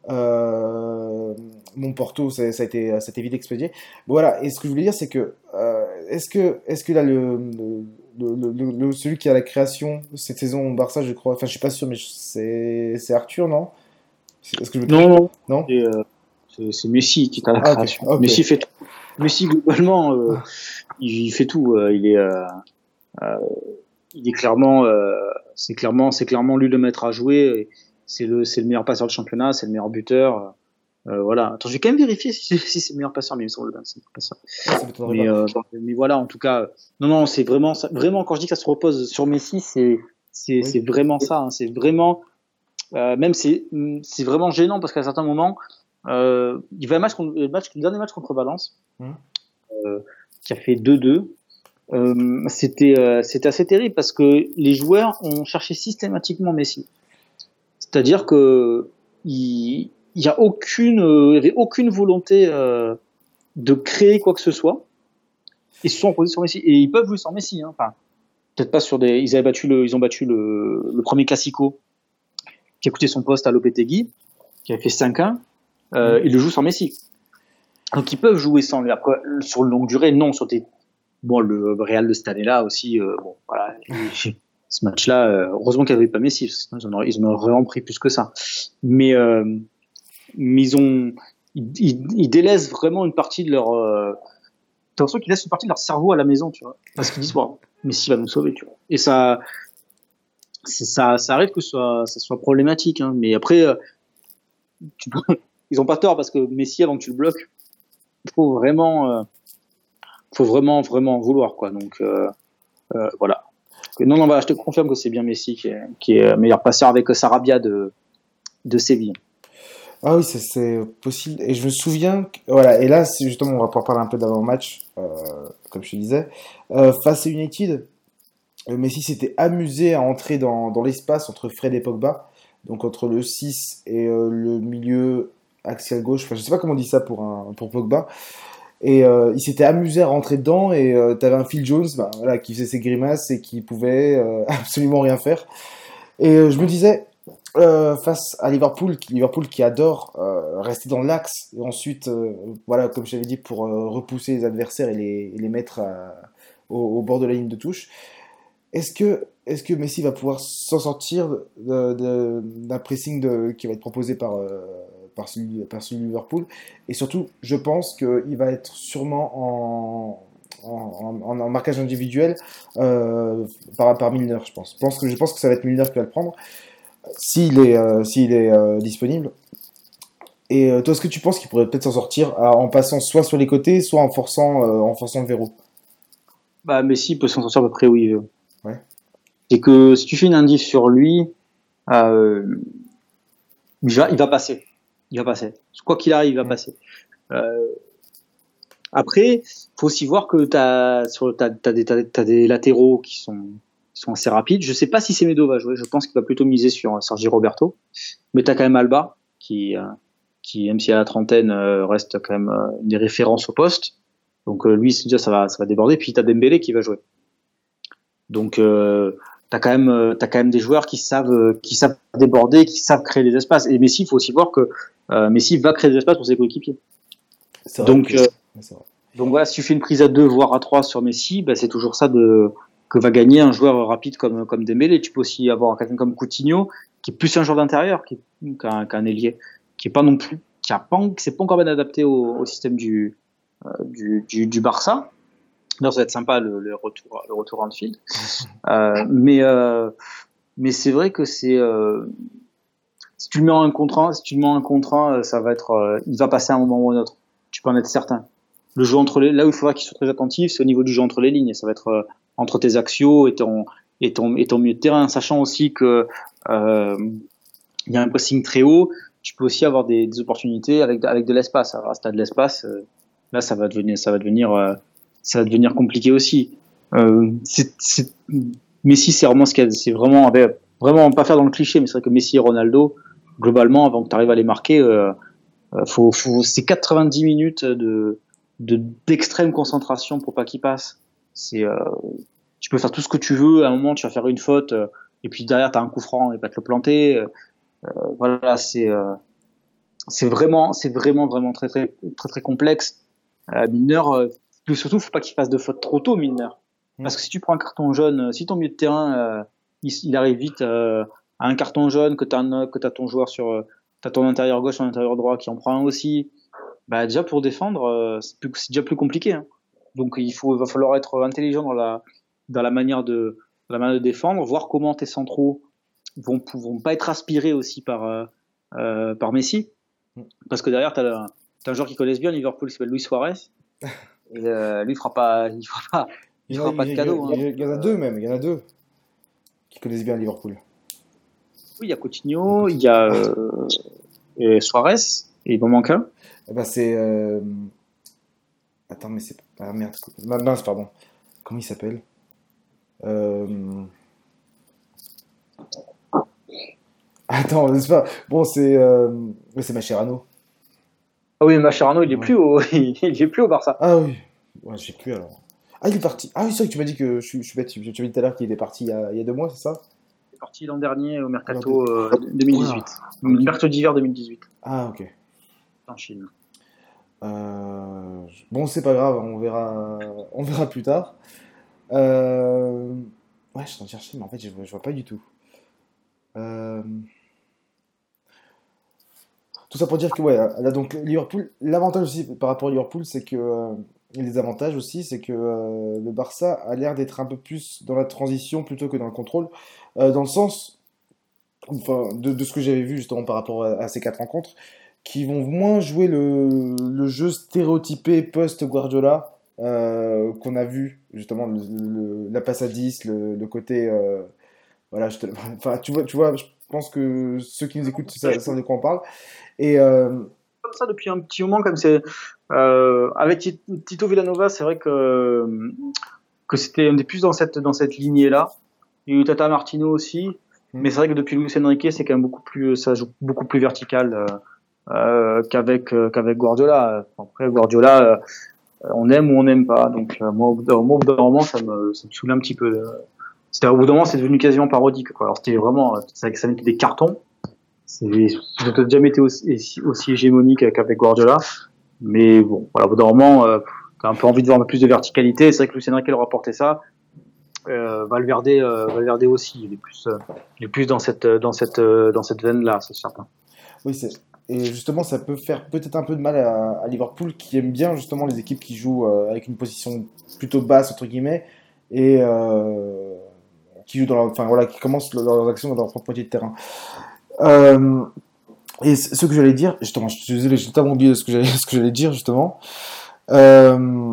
Euh, mon Porto, ça, ça a été, ça a été vite expédié. Bon, voilà, et ce que je voulais dire, c'est que, euh, est-ce que, est-ce que là, le, le, le- le- le- celui qui a la création cette saison au Barça, je crois, enfin, je suis pas sûr, mais je- c'est, c'est Arthur, non? Est-ce que je me Non, trompe? non. Non? C'est, euh, c'est, c'est Messi qui est à la Ah, ok, création. ok. Messi fait tout. Messi, globalement, euh, il, il fait tout. Euh, il est, euh, euh, il est clairement, euh, c'est clairement, c'est clairement lui le maître à jouer. C'est le, c'est le meilleur passeur de championnat, c'est le meilleur buteur. Euh, voilà. Attends, je vais quand même vérifier si, si c'est le meilleur passeur, mais il me semble bien que c'est le meilleur passeur. Ah, ça m'étonnerait Mais, pas. euh, mais voilà, en tout cas, euh, non, non, c'est vraiment, ça, vraiment, quand je dis que ça se repose sur Messi, c'est, c'est, Oui. c'est vraiment ça. Hein, c'est vraiment, euh, même c'est, c'est vraiment gênant parce qu'à certains moments, euh, il va un match, contre, le, match, le dernier match contre Valence, Hum. euh, qui a fait deux deux. Euh, c'était, euh, c'était assez terrible parce que les joueurs ont cherché systématiquement Messi. C'est-à-dire que il, il y a aucune, euh, il y avait aucune volonté euh, de créer quoi que ce soit. Ils se sont posés sur Messi et ils peuvent jouer sans Messi. Hein. Enfin, peut-être pas sur des. Ils avaient battu le, ils ont battu le, le premier Classico qui a coûté son poste à Lopetegui, qui avait fait cinq un. Euh, ils le jouent sans Messi. Donc ils peuvent jouer sans lui. Après, sur une longue durée, non. Sur des bon, le Real de cette année-là aussi, euh, bon, voilà, ce match-là, euh, heureusement qu'il n'y avait pas Messi, sinon ils en auraient, ils en auraient vraiment pris plus que ça. Mais, euh, mais ils ont, ils, ils, ils délaissent vraiment une partie de leur, euh, t'as l'impression qu'ils laissent une partie de leur cerveau à la maison, tu vois, parce qu'ils disent, bon, Messi va nous sauver, tu vois. Et ça, c'est, ça, ça arrive que ce soit, ça soit problématique, hein. Mais après, euh, tu peux, ils ont pas tort parce que Messi, avant que tu le bloques, il faut vraiment, euh, faut vraiment, vraiment vouloir, quoi. Donc, euh, euh, voilà. Non, non, bah, je te confirme que c'est bien Messi qui est, qui est meilleur passeur avec Sarabia de, de Séville. Ah oui, c'est, c'est possible. Et je me souviens, que- voilà, et là, c'est justement, on va pouvoir parler un peu d'avant-match, euh, comme je te disais. Euh, face à United, Messi s'était amusé à entrer dans, dans l'espace entre Fred et Pogba, donc entre le six et euh, le milieu axial gauche, enfin je sais pas comment on dit ça pour, un, pour Pogba, et euh, il s'était amusé à rentrer dedans, et euh, t'avais un Phil Jones bah, voilà, qui faisait ses grimaces et qui pouvait euh, absolument rien faire. Et euh, je me disais, euh, face à Liverpool, qui, Liverpool qui adore euh, rester dans l'axe, et ensuite, euh, voilà, comme je t'avais dit, pour euh, repousser les adversaires et les, et les mettre à, au, au bord de la ligne de touche, est-ce que, est-ce que Messi va pouvoir s'en sortir de- de- d'un pressing de- qui va être proposé par, euh, par, celui, par celui de Liverpool? Et surtout, je pense qu'il va être sûrement en, en, en- en marquage individuel euh, par, par Milner, je pense. Je pense que, je pense que ça va être Milner qui va le prendre, s'il est, euh, s'il est euh, disponible. Et euh, toi, est-ce que tu penses qu'il pourrait peut-être s'en sortir euh, en passant soit sur les côtés, soit en forçant, euh, en forçant le verrou? Bah, Messi peut s'en sortir à peu près où il veut. Ouais. C'est que si tu fais une indice sur lui, euh, il, va, il va passer. Il va passer. Quoi qu'il arrive, il va Ouais. passer. Euh, après, faut aussi voir que t'as, sur, t'as, t'as, des, t'as, t'as des latéraux qui sont, qui sont assez rapides. Je sais pas si Semedo va jouer. Je pense qu'il va plutôt miser sur Sergi Roberto. Mais t'as quand même Alba, qui, euh, qui même si à la trentaine, euh, reste quand même euh, une des références au poste. Donc euh, lui, c'est déjà ça va, ça va déborder. Puis t'as Dembélé qui va jouer. Donc euh, t'as quand même, euh, t'as quand même des joueurs qui savent, euh, qui savent déborder, qui savent créer des espaces. Et Messi, il faut aussi voir que euh, Messi va créer des espaces pour ses coéquipiers. C'est vrai Donc que... euh, ouais, c'est vrai. Donc voilà, si tu fais une prise à deux, voire à trois sur Messi, bah c'est toujours ça de, que va gagner un joueur rapide comme, comme Dembélé. Tu peux aussi avoir quelqu'un comme Coutinho, qui est plus un joueur d'intérieur qu'un, qu'un ailier, qui est pas non plus, qui a pas, qui s'est pas encore bien adapté au, au système du, euh, du, du, du Barça. D'ailleurs, ça va être sympa le, le retour, le retour en field. Euh, mais, euh, mais c'est vrai que c'est, euh, si tu le mets en un contre un, si tu le mets en un contre un, ça va être, euh, il va passer à un moment ou à un autre. Tu peux en être certain. Le jeu entre les, là où il faudra qu'il soit très attentif, c'est au niveau du jeu entre les lignes. Ça va être euh, entre tes axiaux et ton, et ton, et ton milieu de terrain, sachant aussi que euh, il y a un pressing très haut. Tu peux aussi avoir des, des opportunités avec, avec de l'espace. Alors, si t'as de l'espace, euh, là, ça va devenir, ça va devenir, euh, ça va devenir compliqué aussi. Euh, c'est, c'est, Messi, c'est vraiment ce qu'il y a, c'est vraiment, vraiment pas faire dans le cliché, mais c'est vrai que Messi et Ronaldo, globalement, avant que tu arrives à les marquer, euh, faut, faut, c'est quatre-vingt-dix minutes de, de d'extrême concentration pour pas qu'ils passent. C'est, euh, tu peux faire tout ce que tu veux. À un moment, tu vas faire une faute, euh, et puis derrière, t'as un coup franc et pas te le planter. Euh, voilà, c'est, euh, c'est vraiment, c'est vraiment, vraiment très, très, très, très complexe. Euh, Milner, euh, surtout, faut pas qu'il fasse de faute trop tôt, Milner. Parce que si tu prends un carton jaune, si ton milieu de terrain, euh, il, il arrive vite euh, à un carton jaune, que t'as un, que t'as ton joueur sur, euh, t'as ton intérieur gauche, ton intérieur droit qui en prend un aussi. Bah déjà pour défendre, euh, c'est, plus, c'est déjà plus compliqué. Hein. Donc il faut, va falloir être intelligent dans la, dans la manière de, dans la manière de défendre, voir comment tes centraux vont, vont pas être aspirés aussi par, euh, euh, par Messi, parce que derrière t'as, le, t'as un joueur qui connaisse bien Liverpool, qui s'appelle Luis Suarez, et euh, lui il fera pas, il fera pas, il, Il y, en fera a, pas de cadeau. il, y a, Hein. il y en a deux même, il y en a deux qui connaissent bien Liverpool. Oui, il y a Coutinho, il y a euh, et Suarez, et il m'en manque un. Eh ben c'est... Euh... Attends, mais c'est... Ah merde, mince, pardon. Comment il s'appelle euh... Attends, n'est-ce pas? Bon, c'est... Euh... C'est Mascherano. Ah oui, Mascherano, il est Ouais. plus au, il est plus au Barça. Ah oui. Ouais, j'ai plus alors. Ah, il est parti. Ah oui, c'est vrai que tu m'as dit que je suis, je suis bête. Tu m'as dit tout à l'heure qu'il était parti il y a, il y a deux mois, c'est ça? Il est parti l'an dernier au Mercato Alors, euh, deux mille dix-huit. Oula. Ok. Mercato d'hiver deux mille dix-huit. Ah, ok. En Chine. Euh... Bon, c'est pas grave, on verra, on verra plus tard. Euh... Ouais, je suis en train de chercher, mais en fait, je vois, je vois pas du tout. Euh... Tout ça pour dire que, ouais, là, donc, Liverpool, l'avantage aussi par rapport à Liverpool, c'est que, euh, et les avantages aussi, c'est que euh, le Barça a l'air d'être un peu plus dans la transition plutôt que dans le contrôle, euh, dans le sens, enfin, de, de ce que j'avais vu justement par rapport à, à ces quatre rencontres, qui vont moins jouer le, le jeu stéréotypé post-Guardiola euh, qu'on a vu, justement, le, le- la passe à dix, le, le côté... euh, voilà, je te- enfin, tu vois, tu vois, je pense que ceux qui nous écoutent savent savent de quoi on parle. Et euh, Comme ça depuis un petit moment, comme c'est euh, avec Tito Villanova, c'est vrai que que c'était, on est plus dans cette, dans cette lignée-là. Il y a eu Tata Martino aussi, mmh. mais c'est vrai que depuis Luis Enrique, c'est quand même beaucoup plus, ça joue beaucoup plus vertical euh, euh, qu'avec, euh, qu'avec Guardiola. Après, Guardiola, euh, on aime ou on n'aime pas. Donc, euh, moi, au bout d'un moment, ça me, ça me saoule un petit peu. Euh, c'était, au bout d'un moment, c'est devenu quasiment parodique, quoi. Alors, c'était vraiment, ça, ça mettait des cartons. C'est, ça n'a jamais été aussi, aussi hégémonique qu'avec Guardiola. Mais bon, voilà, au bout d'un moment, euh, t'as un peu envie de voir un peu plus de verticalité. C'est vrai que Luis Enrique leur a apporté ça. Euh, Valverde, euh, Valverde aussi, il est plus, euh, il est plus dans cette, dans cette, euh, dans cette veine-là, c'est certain. Oui, c'est. Et justement, ça peut faire peut-être un peu de mal à, à Liverpool, qui aime bien justement les équipes qui jouent euh, avec une position plutôt basse entre guillemets et euh, qui jouent dans leur, enfin voilà, qui commencent leurs actions dans leur propre moitié de terrain. Euh, et ce que j'allais dire, justement, je suis désolé, j'ai totalement oublié ce que j'allais, ce que j'allais dire justement. Euh,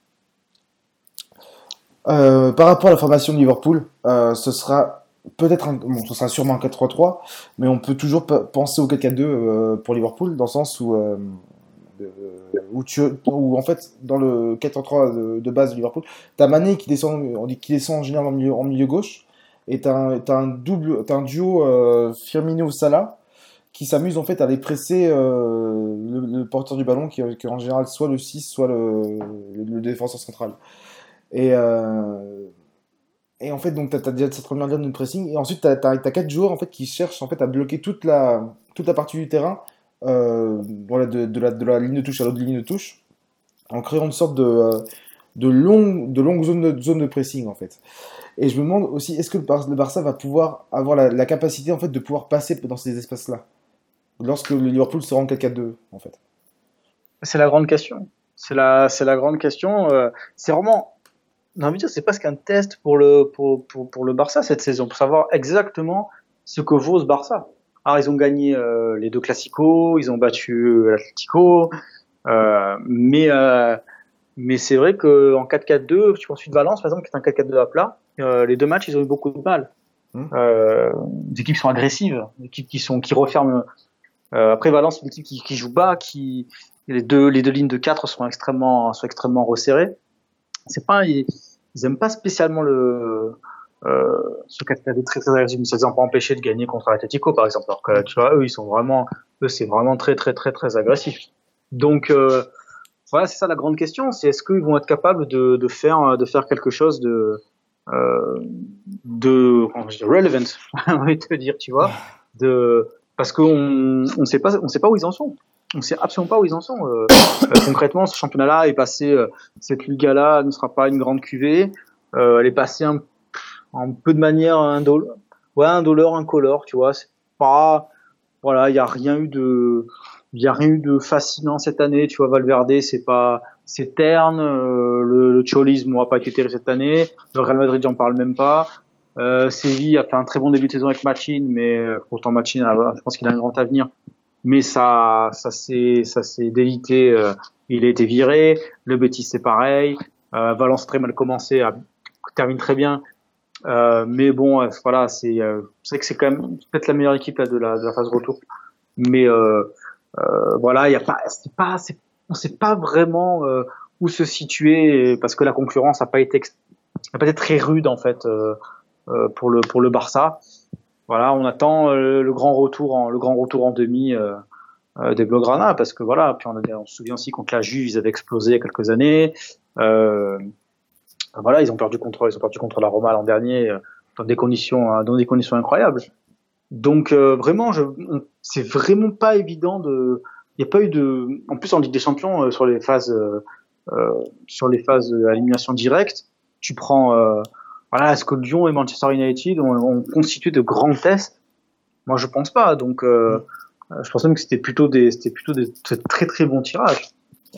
Euh, par rapport à la formation de Liverpool, euh, ce sera peut-être un, bon, ce sera sûrement un quatre trois trois, mais on peut toujours p- penser au quatre quatre deux euh, pour Liverpool, dans le sens où, euh, euh, où, tu, où en fait dans le quatre trois trois de, de base de Liverpool, t'as Mané qui descend, on dit qui descend en général en milieu, en milieu gauche, et t'as un, t'as un double, t'as un duo euh, Firmino-Salah qui s'amuse en fait à aller presser euh, le, le porteur du ballon, qui est en général soit le six, soit le, le, le défenseur central. Et, euh, et en fait, donc, tu as déjà cette première ligne de pressing. Et ensuite, tu as quatre joueurs en fait, qui cherchent en fait, à bloquer toute la, toute la partie du terrain, euh, voilà, de, de, la, de la ligne de touche à l'autre ligne de touche, en créant une sorte de, de, longue, de longue zone de, zone de pressing. En fait. Et je me demande aussi, est-ce que le, Bar- le Barça va pouvoir avoir la, la capacité en fait, de pouvoir passer dans ces espaces-là, lorsque le Liverpool sera en quatre quatre deux en fait. C'est la grande question. C'est la, c'est la grande question. Euh, c'est vraiment... j'ai envie de dire, c'est presque un test pour le, pour, pour, pour le Barça cette saison, pour savoir exactement ce que vaut ce Barça. Alors, ils ont gagné euh, les deux Classicos, ils ont battu l'Atlético, euh, mais, euh, mais c'est vrai qu'en quatre quatre deux, tu prends ensuite Valence, par exemple, qui est un quatre quatre deux à plat, euh, les deux matchs, ils ont eu beaucoup de mal. Mmh. Euh, les équipes sont agressives, les équipes qui, sont, qui referment. Euh, après, Valence, c'est une équipe qui, qui joue bas, qui, les, deux, les deux lignes de quatre sont extrêmement, sont extrêmement resserrées. C'est pas, ils, ils aiment pas spécialement le, euh, ce quatre quatre deux très très agressif, mais ça les a pas empêché de gagner contre l'Atlético, par exemple. Alors que, tu vois, eux, ils sont vraiment, eux, c'est vraiment très très très très agressif. Donc, euh, voilà, c'est ça la grande question, c'est est-ce qu'ils vont être capables de, de faire, de faire quelque chose de, euh, de, comment je dis, relevant, on va te dire, tu vois, de, parce qu'on, on sait pas, on sait pas où ils en sont. On sait absolument pas où ils en sont. Euh, euh, concrètement, ce championnat-là est passé, euh, cette Liga-là ne sera pas une grande cuvée. Euh, elle est passée un, un peu de manière indolore, ouais, indolore, incolore, tu vois. C'est pas, voilà, il y a rien eu de, il y a rien eu de fascinant cette année. Tu vois, Valverde, c'est pas, c'est terne. Euh, le, le Cholisme n'aura pas été terrible cette année. Le Real Madrid, j'en parle même pas. Euh, Séville a fait un très bon début de saison avec Machín, mais pourtant Machín, je pense qu'il a un grand avenir. Mais ça, ça s'est, ça s'est délité. Euh, il a été viré. Le Betis, c'est pareil. Euh, Valence très mal commencé, a, termine très bien. Euh, mais bon, euh, voilà, c'est, euh, c'est que c'est quand même peut-être la meilleure équipe là de la, de la phase retour. Mais euh, euh, voilà, il y a pas, c'est pas, c'est, on sait pas vraiment euh, où se situer parce que la concurrence a pas été, a pas été très rude en fait euh, euh, pour le pour le Barça. Voilà, on attend euh, le grand retour en le grand retour en demi euh, euh, des Blaugrana parce que voilà, puis on, a, on se souvient aussi contre la Juve, ils avaient explosé il y a quelques années. Euh, voilà, ils ont perdu contre ils ont perdu contre la Roma l'an dernier euh, dans des conditions euh, dans des conditions incroyables. Donc euh, vraiment, je, on, c'est vraiment pas évident de. Il n'y a pas eu de. En plus en Ligue des Champions euh, sur les phases euh, euh, sur les phases d'élimination directe, tu prends. Euh, Voilà, est-ce que Lyon et Manchester United ont, ont constitué de grands tests? Moi, je pense pas. Donc, euh, je pense même que c'était plutôt des, c'était plutôt des très très bons tirages.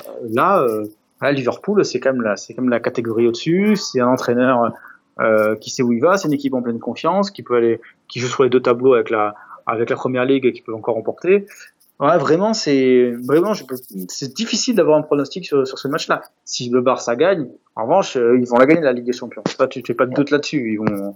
Là, euh, là, Liverpool, c'est quand même la, c'est quand même la catégorie au-dessus. C'est un entraîneur euh, qui sait où il va. C'est une équipe en pleine confiance, qui peut aller, qui joue sur les deux tableaux avec la, avec la Première Ligue et qui peut encore remporter. Ouais, vraiment, c'est vraiment, je peux, c'est difficile d'avoir un pronostic sur, sur ce match-là. Si le Barça gagne, en revanche, euh, ils vont la gagner la Ligue des Champions. Ça, tu fais pas de doute là-dessus. Ils vont,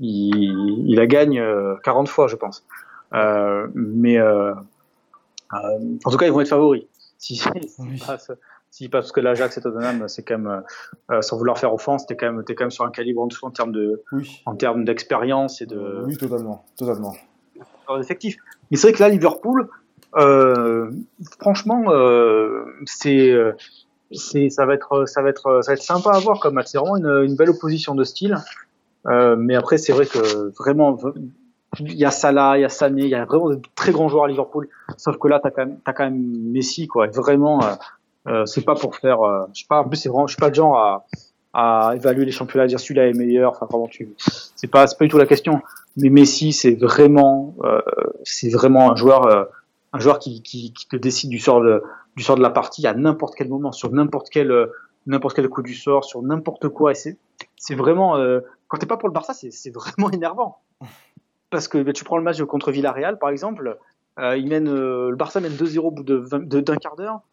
ils, ils la gagnent euh, quarante fois, je pense. Euh, mais euh, euh, en tout cas, ils vont être favoris. Si, si, oui. passe, Si, parce que l'Ajax et Tottenham, c'est quand même, euh, sans vouloir faire offense, t'es quand même, t'es quand même sur un calibre en dessous en termes de, oui. en termes d'expérience et de. Oui, totalement, totalement. D'effectifs. Mais c'est vrai que là, Liverpool, euh, franchement, euh, c'est, c'est, ça va être, ça va être, ça va être sympa à voir comme match. C'est vraiment une, une belle opposition de style. Euh, mais après, c'est vrai que vraiment, il y a Salah, il y a Sané, il y a vraiment de très grands joueurs à Liverpool. Sauf que là, t'as quand même, t'as quand même Messi, quoi. Vraiment. Euh, Euh, c'est pas pour faire, euh, je sais pas, en plus c'est vraiment, je suis pas le genre à, à évaluer les championnats, à dire celui-là est meilleur, enfin vraiment tu, c'est pas, c'est pas du tout la question. Mais Messi, c'est vraiment, euh, c'est vraiment un joueur, euh, un joueur qui, qui, qui te décide du sort de, du sort de la partie à n'importe quel moment, sur n'importe quel, euh, n'importe quel coup du sort, sur n'importe quoi. Et c'est, c'est vraiment, euh, quand t'es pas pour le Barça, c'est, c'est vraiment énervant. Parce que bah, tu prends le match contre Villarreal, par exemple, euh, il mène, euh, le Barça mène deux zéro au bout de, vingt, de d'un quart d'heure.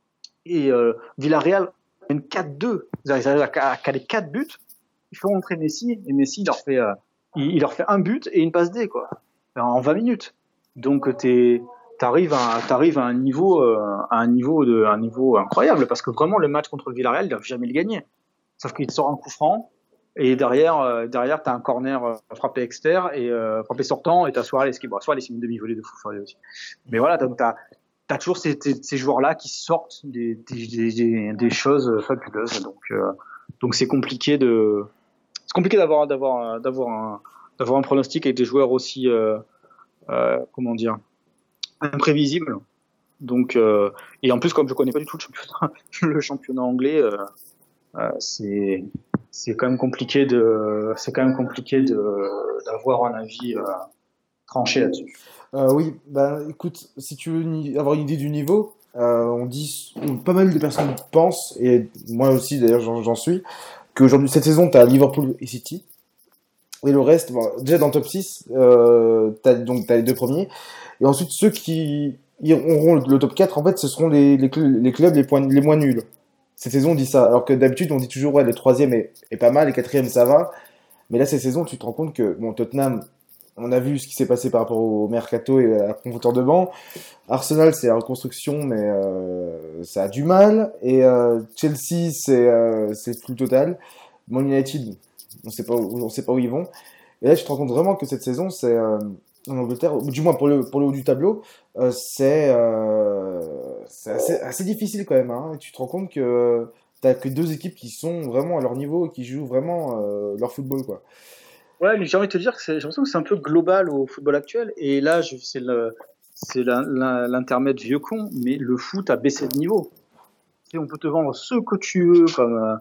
Et euh, Villarreal mène quatre deux. Ils arrivent à caler quatre buts. Ils font rentrer Messi et Messi il leur fait, euh, il, il leur fait un but et une passe D quoi, en vingt minutes. Donc t'es, t'arrives à, t'arrives à un niveau, euh, à un niveau de, un niveau incroyable parce que vraiment le match contre le Villarreal, il n'a jamais le gagné. Sauf qu'il sort un coup franc et derrière, euh, derrière t'as un corner euh, frappé externe et euh, frappé sortant et t'as Suarez qui, bon, Suarez c'est une demi-volée de fou furieux aussi. Mais voilà, donc t'as T'as toujours ces, ces joueurs-là qui sortent des, des, des, des choses fabuleuses, donc euh, donc c'est compliqué de c'est compliqué d'avoir d'avoir d'avoir un d'avoir un pronostic avec des joueurs aussi euh, euh, comment dire imprévisibles. Donc euh, et en plus comme je connais pas du tout le championnat le championnat anglais, euh, euh, c'est c'est quand même compliqué de c'est quand même compliqué de d'avoir un avis euh, tranché là-dessus. Euh, oui, bah écoute, si tu veux ni- avoir une idée du niveau, euh, on dit, pas mal de personnes pensent, et moi aussi d'ailleurs j'en, j'en suis, qu'aujourd'hui, cette saison, tu as Liverpool et City, et le reste, bon, déjà dans le top six, euh, tu as donc t'as les deux premiers, et ensuite ceux qui y auront le, le top quatre, en fait, ce seront les, les, cl- les clubs les, points, les moins nuls. Cette saison, on dit ça, alors que d'habitude, on dit toujours, ouais, le troisième est, est pas mal, le quatrième, ça va, mais là, cette saison, tu te rends compte que, bon, Tottenham, on a vu ce qui s'est passé par rapport au mercato et à la profondeur de banc. Arsenal, c'est la reconstruction, mais euh, ça a du mal. Et euh, Chelsea, c'est euh, c'est flou total. Man United, on sait pas où, on sait pas où ils vont. Et là, tu te rends compte vraiment que cette saison, c'est euh, en Angleterre, ou du moins pour le pour le haut du tableau, euh, c'est euh, c'est assez, assez difficile quand même. Hein. Et tu te rends compte que t'as que deux équipes qui sont vraiment à leur niveau et qui jouent vraiment euh, leur football, quoi. Ouais, mais j'ai envie de te dire que c'est, j'ai l'impression que c'est un peu global au football actuel. Et là, je, c'est le, c'est la, la, l'intermède vieux con, mais le foot a baissé de niveau. Et on peut te vendre ce que tu veux, comme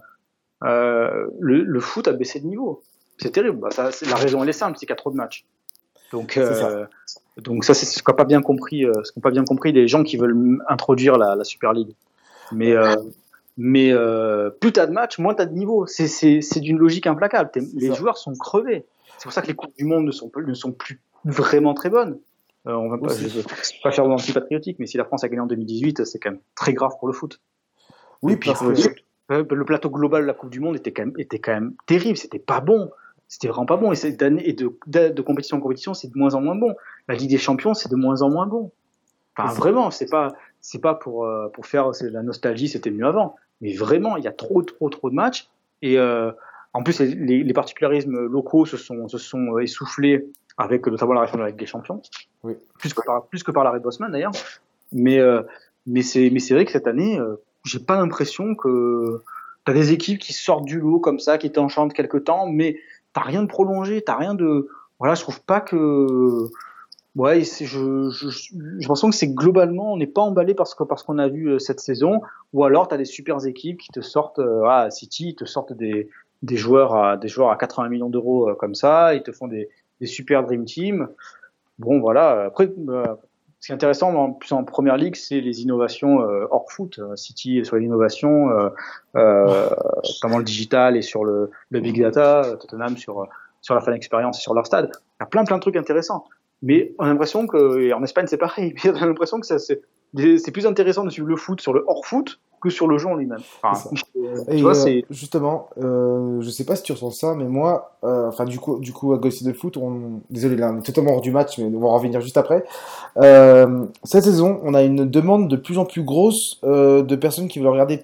euh, le, le foot a baissé de niveau. C'est terrible. Bah, ça, c'est, la raison elle est simple, c'est qu'il y a trop de matchs. Donc, euh, ça. donc ça, c'est ce qu'ont pas bien compris, euh, ce qu'ont pas bien compris les gens qui veulent introduire la, la Super League. Mais euh, Mais euh, plus t'as de matchs, moins t'as de niveau. C'est, c'est, c'est d'une logique implacable. T'es, les ça. joueurs sont crevés. C'est pour ça que les Coupes du Monde ne sont, ne sont plus vraiment très bonnes. Euh, on va pas, je ne vais pas faire de l'anti-patriotique, mais si la France a gagné en deux mille dix-huit, c'est quand même très grave pour le foot. Oui, et puis parce que... le, le plateau global de la Coupe du Monde était quand même, était quand même terrible. C'était pas bon. C'était vraiment pas bon. Et, c'est d'année, et de, de, de compétition en compétition, c'est de moins en moins bon. La Ligue des Champions, c'est de moins en moins bon. Enfin, c'est vraiment, c'est pas, c'est pas pour, euh, pour faire c'est la nostalgie, c'était mieux avant. Mais vraiment, il y a trop, trop, trop de matchs. Et euh, en plus, les, les, les particularismes locaux se sont, se sont essoufflés avec notamment la réforme de la Ligue des Champions. Oui. Plus que par, plus que par l'arrêt de Bosman d'ailleurs. Mais, euh, mais, c'est, mais c'est vrai que cette année, euh, j'ai pas l'impression que t'as des équipes qui sortent du lot comme ça, qui t'enchantent quelque temps, mais t'as rien de prolongé, t'as rien de. Voilà, je trouve pas que. Ouais, c'est, je, je, j'ai l'impression que c'est globalement, on n'est pas emballé parce, que, parce qu'on a vu euh, cette saison, ou alors tu as des super équipes qui te sortent, euh, à City, ils te sortent des, des, joueurs à, des joueurs à quatre-vingts millions d'euros euh, comme ça, ils te font des, des super Dream Team. Bon, voilà. Après, euh, ce qui est intéressant, en plus en première ligue, c'est les innovations euh, hors foot. City est sur l'innovation, euh, euh, notamment le digital et sur le, le big data, Tottenham sur, sur la fan expérience et sur leur stade. Il y a plein, plein de trucs intéressants. Mais on a l'impression que, et en Espagne c'est pareil, mais on a l'impression que ça, c'est, c'est plus intéressant de suivre le foot sur le hors-foot que sur le jeu en lui-même. Enfin, euh, tu vois, c'est... Justement, euh, je sais pas si tu ressens ça, mais moi, euh, enfin du coup, du coup à Gossip de foot, on... désolé là, on est totalement hors du match, mais on va en revenir juste après. Euh, cette saison, on a une demande de plus en plus grosse euh, de personnes qui veulent regarder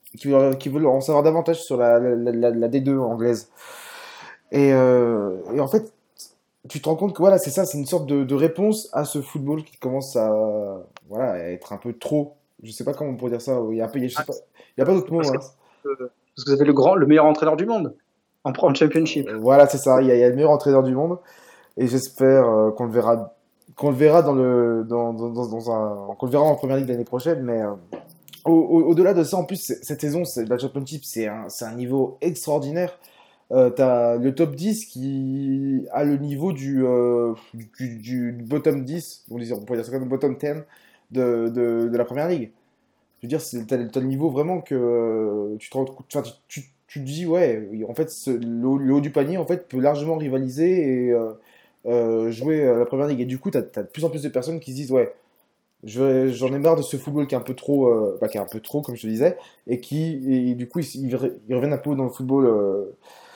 qui veulent, qui veulent en savoir davantage sur la, la, la, la D deux anglaise. Et, euh, et en fait, tu te rends compte que voilà, c'est ça, c'est une sorte de, de réponse à ce football qui commence à, voilà, à être un peu trop. Je sais pas comment on pourrait dire ça. Il y a un peu, il y a, je sais pas, il y a pas d'autre mot. Parce que, Hein. parce que vous avez le grand, le meilleur entraîneur du monde en, en championship. Euh, voilà, c'est ça. Il y, a, il y a le meilleur entraîneur du monde. Et j'espère euh, qu'on le verra, qu'on le verra dans le, dans, dans, dans, dans un, qu'on le verra en première ligue l'année prochaine. Mais euh, au, au, au-delà de ça, en plus, cette saison, c'est, la Championship, c'est un, c'est un niveau extraordinaire. Euh, t'as le top dix qui a le niveau du, euh, du, du, du bottom dix, on, dit, on pourrait dire ça comme le bottom dix de, de, de la première ligue. Je veux dire, c'est, t'as, t'as le niveau vraiment que euh, tu te rends, enfin, tu, tu, tu te dis, ouais, en fait, ce, le, haut, le haut du panier en fait, peut largement rivaliser et euh, euh, jouer à la première ligue. Et du coup, t'as, t'as de plus en plus de personnes qui se disent, ouais, je, j'en ai marre de ce football qui est un peu trop, euh, bah, qui est un peu trop, comme je te disais, et qui, et du coup, ils, ils, ils reviennent un peu dans le football. Euh,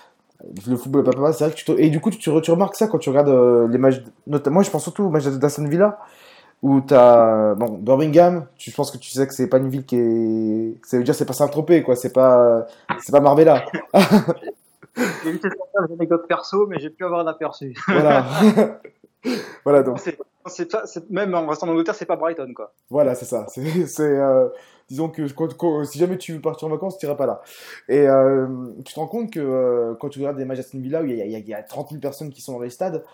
le football papa, c'est vrai que tu te... et du coup tu, tu remarques ça quand tu regardes euh, les matchs, notamment moi je pense surtout aux matchs d'Aston Villa où t'as bon Birmingham, tu je pense que tu sais que c'est pas une ville qui est, ça veut dire c'est pas Saint-Tropez quoi, c'est pas c'est pas Marbella. J'ai évité de faire des anecdotes perso, mais j'ai pu avoir un aperçu. Voilà. Voilà donc. C'est, c'est, pas- c'est- même en restant en Angleterre, c'est pas Brighton quoi. Voilà, c'est ça. C'est, c'est, euh, disons que quand- quand- si jamais tu veux partir en vacances, tu n'iras pas là. Et euh, tu te rends compte que euh, quand tu regardes des matchs d'Aston Villa où il y a, il y a- il y a trente mille personnes qui sont dans les stades,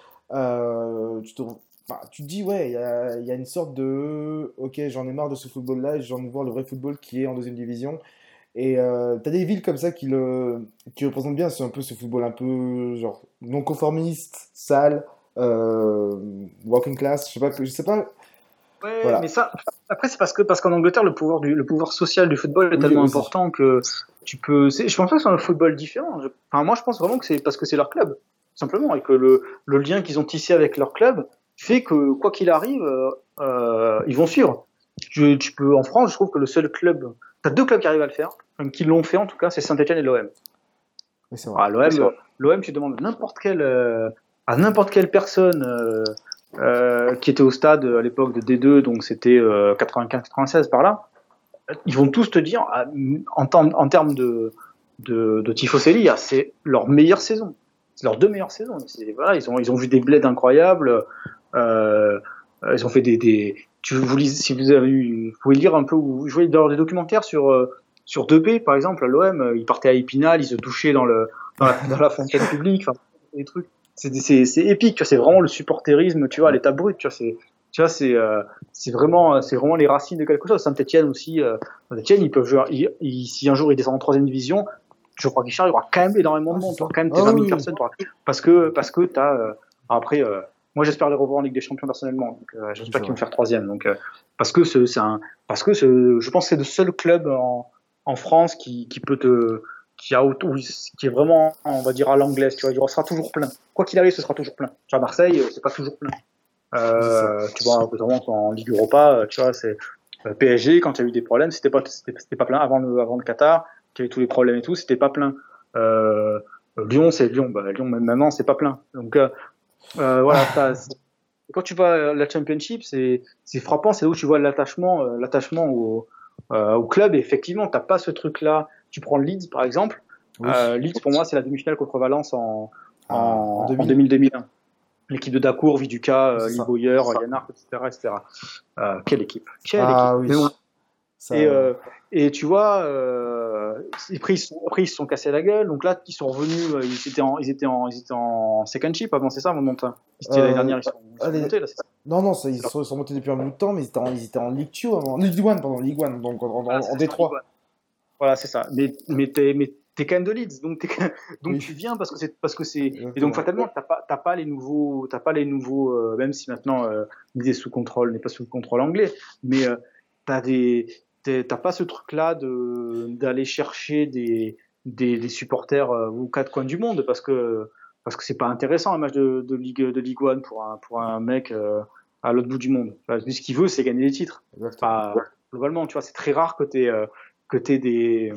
euh, tu te, enfin, tu te dis, ouais, il y a, il y a une sorte de. Ok, j'en ai marre de ce football-là et j'ai envie de voir le vrai football qui est en deuxième division. Et euh, t'as des villes comme ça qui, le, qui représentent bien c'est un peu ce football un peu genre non conformiste, sale, euh, working class, je sais pas, je sais pas. Ouais, Voilà. mais ça, après, c'est parce que, parce qu'en Angleterre, le pouvoir du, le pouvoir social du football est Oui, tellement aussi. important que tu peux, c'est, je pense pas que c'est un football différent. Je- enfin, moi, je pense vraiment que c'est parce que c'est leur club, simplement, et que le, le lien qu'ils ont tissé avec leur club fait que, quoi qu'il arrive, euh, euh, ils vont suivre. Tu, tu peux, en France, je trouve que le seul club, t'as deux clubs qui arrivent à le faire, enfin, qui l'ont fait en tout cas, c'est Saint-Etienne et l'O M. Oui, c'est vrai. Ah, l'O M, l'O M, tu demandes n'importe quelle, euh, à n'importe quelle personne euh, euh, qui était au stade à l'époque de D deux, donc c'était euh, quatre-vingt-quinze quatre-vingt-seize par là, ils vont tous te dire, ah, en, termes- en termes de, de, de tifoserie, ah, c'est leur meilleure saison. C'est leurs deux meilleures saisons. C'est, voilà, ils, ont, ils ont vu des bleds incroyables. Euh, ils ont fait des. des tu, vous lisez, si vous avez eu, vous pouvez lire un peu, vous jouez dans des documentaires sur, euh, sur deux P, par exemple, à l'O M, ils partaient à Épinal, ils se touchaient dans, le, dans, la, dans la fontaine publique, enfin, des trucs. C'est, c'est, c'est épique, tu vois, c'est vraiment le supporterisme, tu vois, à l'état brut, tu vois, c'est, tu vois, c'est, euh, c'est vraiment, c'est vraiment les racines de quelque chose. Saint-Etienne aussi, euh, Saint-Etienne, ils peuvent jouer, ils, ils, si un jour ils descendent en troisième division, je crois qu'il y aura quand même énormément de Ah, monde, c'est tu auras ça. quand même tes Ah vingt mille oui. personnes, t'auras- parce que, parce que t'as, euh, après, euh, moi j'espère les revoir en Ligue des Champions personnellement, donc euh, j'espère C'est qu'ils vont vrai. faire troisième, donc euh, parce que c'est, c'est un, parce que c'est, je pense que c'est le seul club en, en France qui, qui peut te, qui a auto- qui est vraiment, on va dire à l'anglaise, tu vois, il y aura- sera toujours plein. Quoi qu'il arrive, ce sera toujours plein. Tu vois, Marseille, c'est pas toujours plein. C'est ça. Euh, tu vois, notamment en Ligue Europa, euh, tu vois, c'est euh, P S G quand il y a eu des problèmes, c'était pas, c'était, c'était pas plein avant le, avant le Qatar, qu'il y avait tous les problèmes et tout, c'était pas plein. Euh, Lyon, c'est Lyon, bah, Lyon même maintenant, c'est pas plein. Donc euh, euh, voilà, t'as, c'est- quand tu vas à la Championship, c'est, c'est frappant, c'est là où tu vois l'attachement, euh, l'attachement au, euh, au club. Et effectivement, t'as pas ce truc-là. Tu prends Leeds par exemple. Oui. Euh, Leeds pour moi, c'est la demi-finale contre Valence en, Ah, en en, deux mille. en deux mille deux mille un. L'équipe de Dacour, Viduka, C'est euh, ça. Lee Boyer, Yann et cetera, et cetera. Euh, quelle équipe, quelle Ah équipe. oui. Mais bon, Ça... et, euh, et tu vois, euh, après, ils se sont, après ils se sont cassés la gueule. Donc là, ils sont revenus. euh, Ils étaient en, ils étaient en, ils étaient en second chip avant, c'est ça, mon montant. C'était l'année euh, dernière, ils sont, ils sont allez. montés là, c'est ça. Non, non, ça, ils sont, ils sont montés depuis un bout de temps, mais ils étaient en, ils étaient en Ligue deux avant. Ligue un, pardon, Ligue un, donc en, en, Voilà, en c'est ça, D trois. Ligue un. Voilà, c'est ça. Mais, mais t'es, mais t'es quand même de Leeds, donc, t'es, donc Oui. tu viens parce que c'est, parce que c'est, et Exactement. donc fatalement, t'as pas, t'as pas les nouveaux, t'as pas les nouveaux, euh, même si maintenant euh, Leeds est sous contrôle, n'est pas sous contrôle anglais, mais euh, t'as des, t'es- t'as pas ce truc-là de d'aller chercher des, des, des supporters euh, aux quatre coins du monde parce que parce que c'est pas intéressant un match de, de Ligue de Ligue un pour un pour un mec euh, à l'autre bout du monde. Enfin, lui, ce qu'il veut, c'est gagner des titres. Exactement. Pas, globalement, tu vois, c'est très rare que t'aies euh, que t'aies des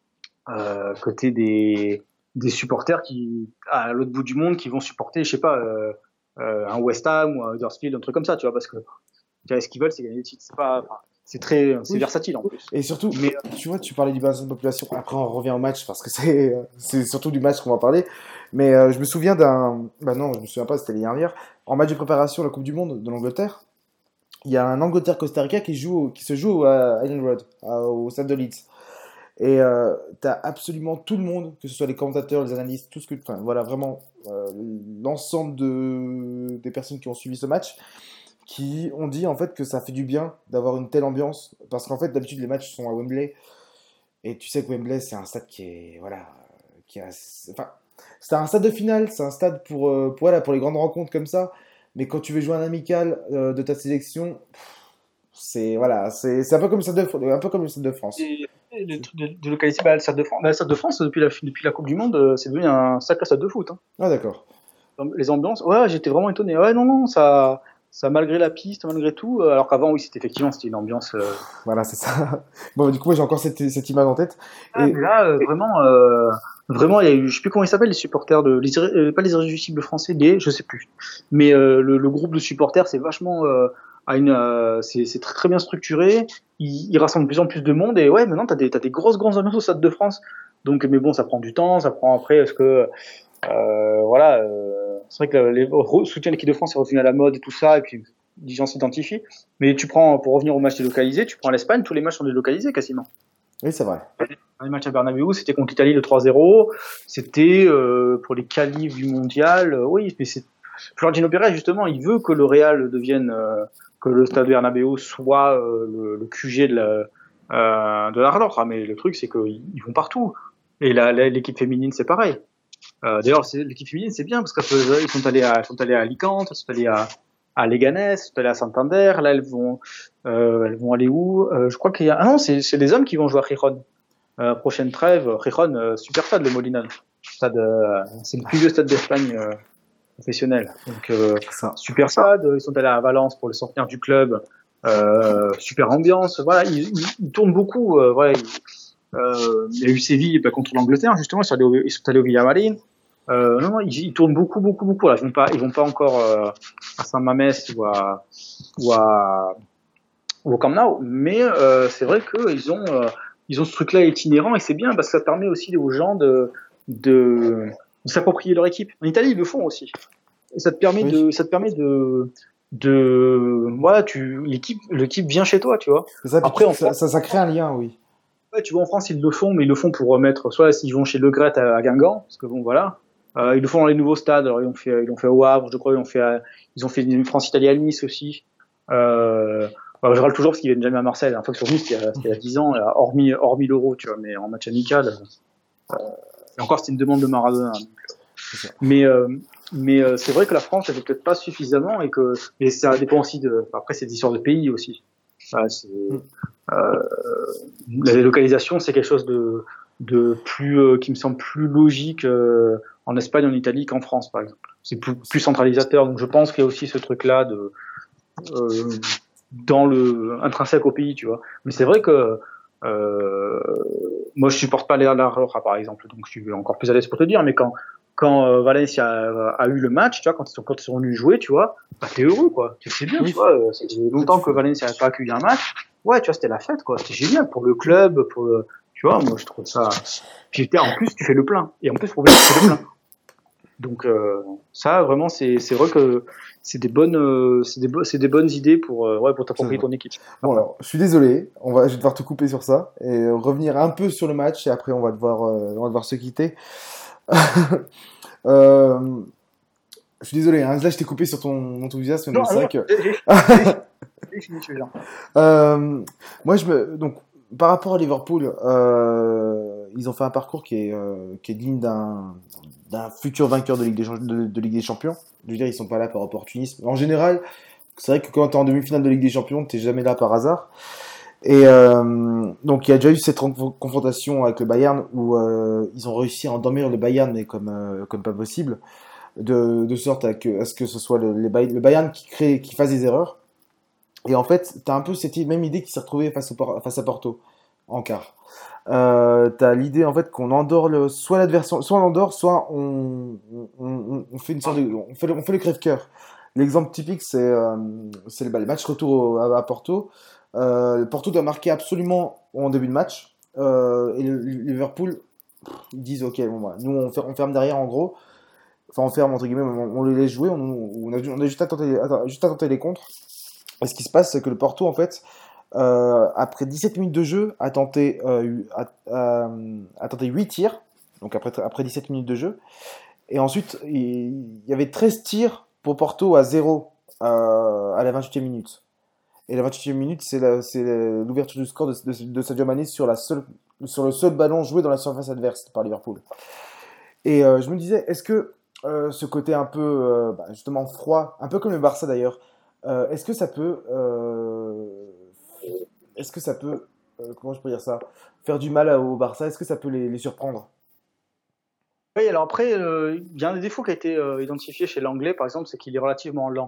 euh, que t'aies des des supporters qui à l'autre bout du monde qui vont supporter, je sais pas, euh, euh, un West Ham ou un Huddersfield, un truc comme ça, tu vois, parce que tu vois, ce qu'ils veulent, c'est gagner des titres. C'est pas, enfin, c'est très, c'est Oui. versatile en plus. Et surtout, Mais tu vois, tu parlais du bassin de population. Après, on revient au match parce que c'est, c'est surtout du match qu'on va parler. Mais euh, je me souviens d'un. Bah non, je me souviens pas, c'était l'année dernière. En match de préparation à la Coupe du Monde de l'Angleterre, il y a un Angleterre-Costa Rica qui, joue, qui se joue à Island Road, à- au stade de Leeds. Et euh, t'as absolument tout le monde, que ce soit les commentateurs, les analystes, tout ce que. Enfin, voilà, vraiment, euh, l'ensemble de, des personnes qui ont suivi ce match, qui ont dit en fait que ça fait du bien d'avoir une telle ambiance. Parce qu'en fait, d'habitude, les matchs sont à Wembley. Et tu sais que Wembley, c'est un stade qui est. Voilà. Qui a, enfin, c'est un stade de finale, c'est un stade pour, euh, pour, voilà, pour les grandes rencontres comme ça. Mais quand tu veux jouer un amical euh, de ta sélection, pff, c'est voilà, c'est c'est un peu comme le Stade de, un peu comme le Stade de France. Et, et le truc de, de localiser bah, le Stade de France, bah, le Stade de France depuis la, depuis la Coupe du Monde, euh, c'est devenu un sacré stade de foot. Hein. Ah d'accord. Les ambiances, ouais, j'étais vraiment étonné. Ouais, non, non, ça, ça malgré la piste, malgré tout, euh, alors qu'avant, oui, c'était effectivement, c'était une ambiance. Euh... Voilà, c'est ça. Bon, du coup, moi, j'ai encore cette, cette image en tête. Ah, Et mais là, euh, vraiment, euh, vraiment, il y a eu, je sais plus comment ils s'appellent, les supporters de, les, irré- euh, pas les irréductibles français, les, je sais plus. Mais euh, le, le groupe de supporters, c'est vachement, euh, à une, euh, c'est, c'est très très bien structuré. Ils, ils rassemblent de plus en plus de monde et ouais, maintenant, t'as des, t'as des grosses grosses ambiances au Stade de France. Donc, mais bon, ça prend du temps, ça prend après, est-ce que Euh, voilà, euh, c'est vrai que le, le soutien de l'équipe de France est revenu à la mode et tout ça, et puis les gens s'identifient. Mais tu prends, pour revenir au match délocalisé, tu prends l'Espagne, tous les matchs sont délocalisés quasiment. oui, c'est vrai. Les matchs à Bernabéu, c'était contre l'Italie le trois zéro, c'était euh, pour les qualifs du mondial. Euh, oui, mais c'est Florentino Pérez justement, il veut que le Real devienne, euh, que le stade Bernabéu soit euh, le, le Q G de la euh, de l'Ardor. Mais le truc, c'est qu'ils ils vont partout. Et la, la, l'équipe féminine, c'est pareil. Euh, d'ailleurs, c'est, l'équipe féminine, c'est bien parce qu'ils sont allés à, ils sont allés à Alicante, ils sont allés à, à Leganés, ils sont allés à Santander. Là, elles vont, euh, elles vont aller où euh, Je crois qu'il y a. Ah non, c'est, c'est les hommes qui vont jouer à Gijón. Euh, prochaine trêve, Gijón, euh, super stade, le Molinón. Stade, euh, c'est le plus vieux stade d'Espagne euh, professionnel. Donc, euh, Ça. super stade. Ils sont allés à Valence pour le centenaire du club. Euh, super ambiance. Voilà, ils, ils, ils tournent beaucoup. Euh, voilà. Ils, Euh, il y a eu Séville bah, contre l'Angleterre, justement, ils sont allés au, ils sont allés au Villamarín. Euh, non, non, ils, ils tournent beaucoup, beaucoup, beaucoup. Là, ils vont pas, ils vont pas encore euh, à Saint-Mamès ou à, ou à, ou au Camp Nou, mais euh, c'est vrai qu'ils ont, euh, ils ont ce truc-là itinérant et c'est bien parce que ça permet aussi aux gens de, de, de s'approprier leur équipe. En Italie, ils le font aussi. Et ça te permet Oui. de, ça te permet de, de, voilà, tu, l'équipe, l'équipe vient chez toi, tu vois. C'est ça, puis Après, tu- en ça, France, ça, ça crée un lien, oui. ouais, tu vois, en France, ils le font, mais ils le font pour remettre, soit s'ils vont chez Le Gret à, à Guingamp, parce que bon, voilà. Euh, ils le font dans les nouveaux stades. Alors, ils l'ont fait, ils l'ont fait au Havre, je crois, ils l'ont fait, à, ils ont fait une France-Italie à Nice aussi. Euh, alors, je râle toujours parce qu'ils viennent jamais à Marseille. La dernière fois que sur Nice, c'était il y a, c'était il y a dix ans, hormis, hormis l'Euro, tu vois, mais en match amical. Euh, et encore, c'était une demande de Maradona. Donc. Mais, euh, mais euh, c'est vrai que la France, elle fait peut-être pas suffisamment et que, et ça dépend aussi de, après, c'est d'histoire de pays aussi. Voilà, c'est, euh, la délocalisation, c'est quelque chose de, de plus, euh, qui me semble plus logique euh, en Espagne, en Italie qu'en France, par exemple. C'est plus, plus centralisateur. Donc, je pense qu'il y a aussi ce truc-là de, euh, dans le intrinsèque au pays, tu vois. Mais c'est vrai que euh, moi, je supporte pas la Roja, par exemple, donc je suis encore plus à l'aise pour te dire. Mais quand quand euh, Valencia a, a eu le match, tu vois, quand ils sont quand ils sont venus jouer, tu vois, bah t'es heureux, quoi. C'est bien, Oui. tu vois. Ça faisait longtemps que Valencia n'a pas accueilli un match. Ouais, tu vois, c'était la fête, quoi. C'était génial pour le club, pour le, tu vois. Moi, je trouve ça. Puis en plus, tu fais le plein. Et en plus, pour tu fais le plein. Donc euh, ça, vraiment, c'est c'est vrai que c'est des bonnes, euh, c'est des bo- c'est des bonnes idées pour euh, ouais pour t'approprier ton équipe. Bon alors, je suis désolé, on va, je vais devoir te couper sur ça et euh, revenir un peu sur le match et après on va devoir, euh, on va devoir se quitter. euh, je suis désolé, hein, là je t'ai coupé sur ton enthousiasme, mais c'est vrai que. euh, moi je me, donc par rapport à Liverpool, euh, ils ont fait un parcours qui est, euh, qui est digne d'un, d'un futur vainqueur de Ligue des, de, de Ligue des Champions. Je veux dire, ils sont pas là par opportunisme. En général, c'est vrai que quand tu es en demi-finale de Ligue des Champions, tu n'es jamais là par hasard. Et euh, donc, il y a déjà eu cette confrontation avec le Bayern où euh, ils ont réussi à endormir le Bayern, mais comme, euh, comme pas possible, de, de sorte à, que, à ce que ce soit le, les Bay- le Bayern qui, crée, qui fasse des erreurs. Et en fait, tu as un peu cette même idée qui s'est retrouvée face, au, face à Porto, en quart. Euh, tu as l'idée en fait qu'on endort le, soit l'adversaire, soit on l'endort, soit on, on, on, on fait une sorte de, on fait le, on fait le crève-cœur. L'exemple typique, c'est, euh, c'est le, bah, le match retour au, à, à Porto. Euh, le Porto doit marquer absolument en début de match. Euh, et le, le Liverpool, pff, ils disent ok, bon, bah, nous on, fer- on ferme derrière en gros. Enfin, on ferme entre guillemets, on, on les laisse jouer. On, on, a, on a juste, à tenter, attends, juste à tenter les contres. Et ce qui se passe, c'est que le Porto, en fait, euh, après dix-sept minutes de jeu, a tenté, euh, a, a, a tenté huit tirs. Donc après, après dix-sept minutes de jeu. Et ensuite, il, il y avait treize tirs pour Porto à zéro euh, à la vingt-huitième minute. Et la vingt-huitième minute, c'est, la, c'est la, l'ouverture du score de, de, de Sadio Mané sur, la seule, sur le seul ballon joué dans la surface adverse par Liverpool. Et euh, je me disais, est-ce que euh, ce côté un peu, euh, bah, justement, froid, un peu comme le Barça d'ailleurs, euh, est-ce que ça peut, euh, est-ce que ça peut, euh, comment je peux dire ça, faire du mal au Barça? Est-ce que ça peut les, les surprendre? Oui, alors après, euh, il y a un des défauts qui a été euh, identifié chez l'anglais, par exemple, c'est qu'il est relativement lent.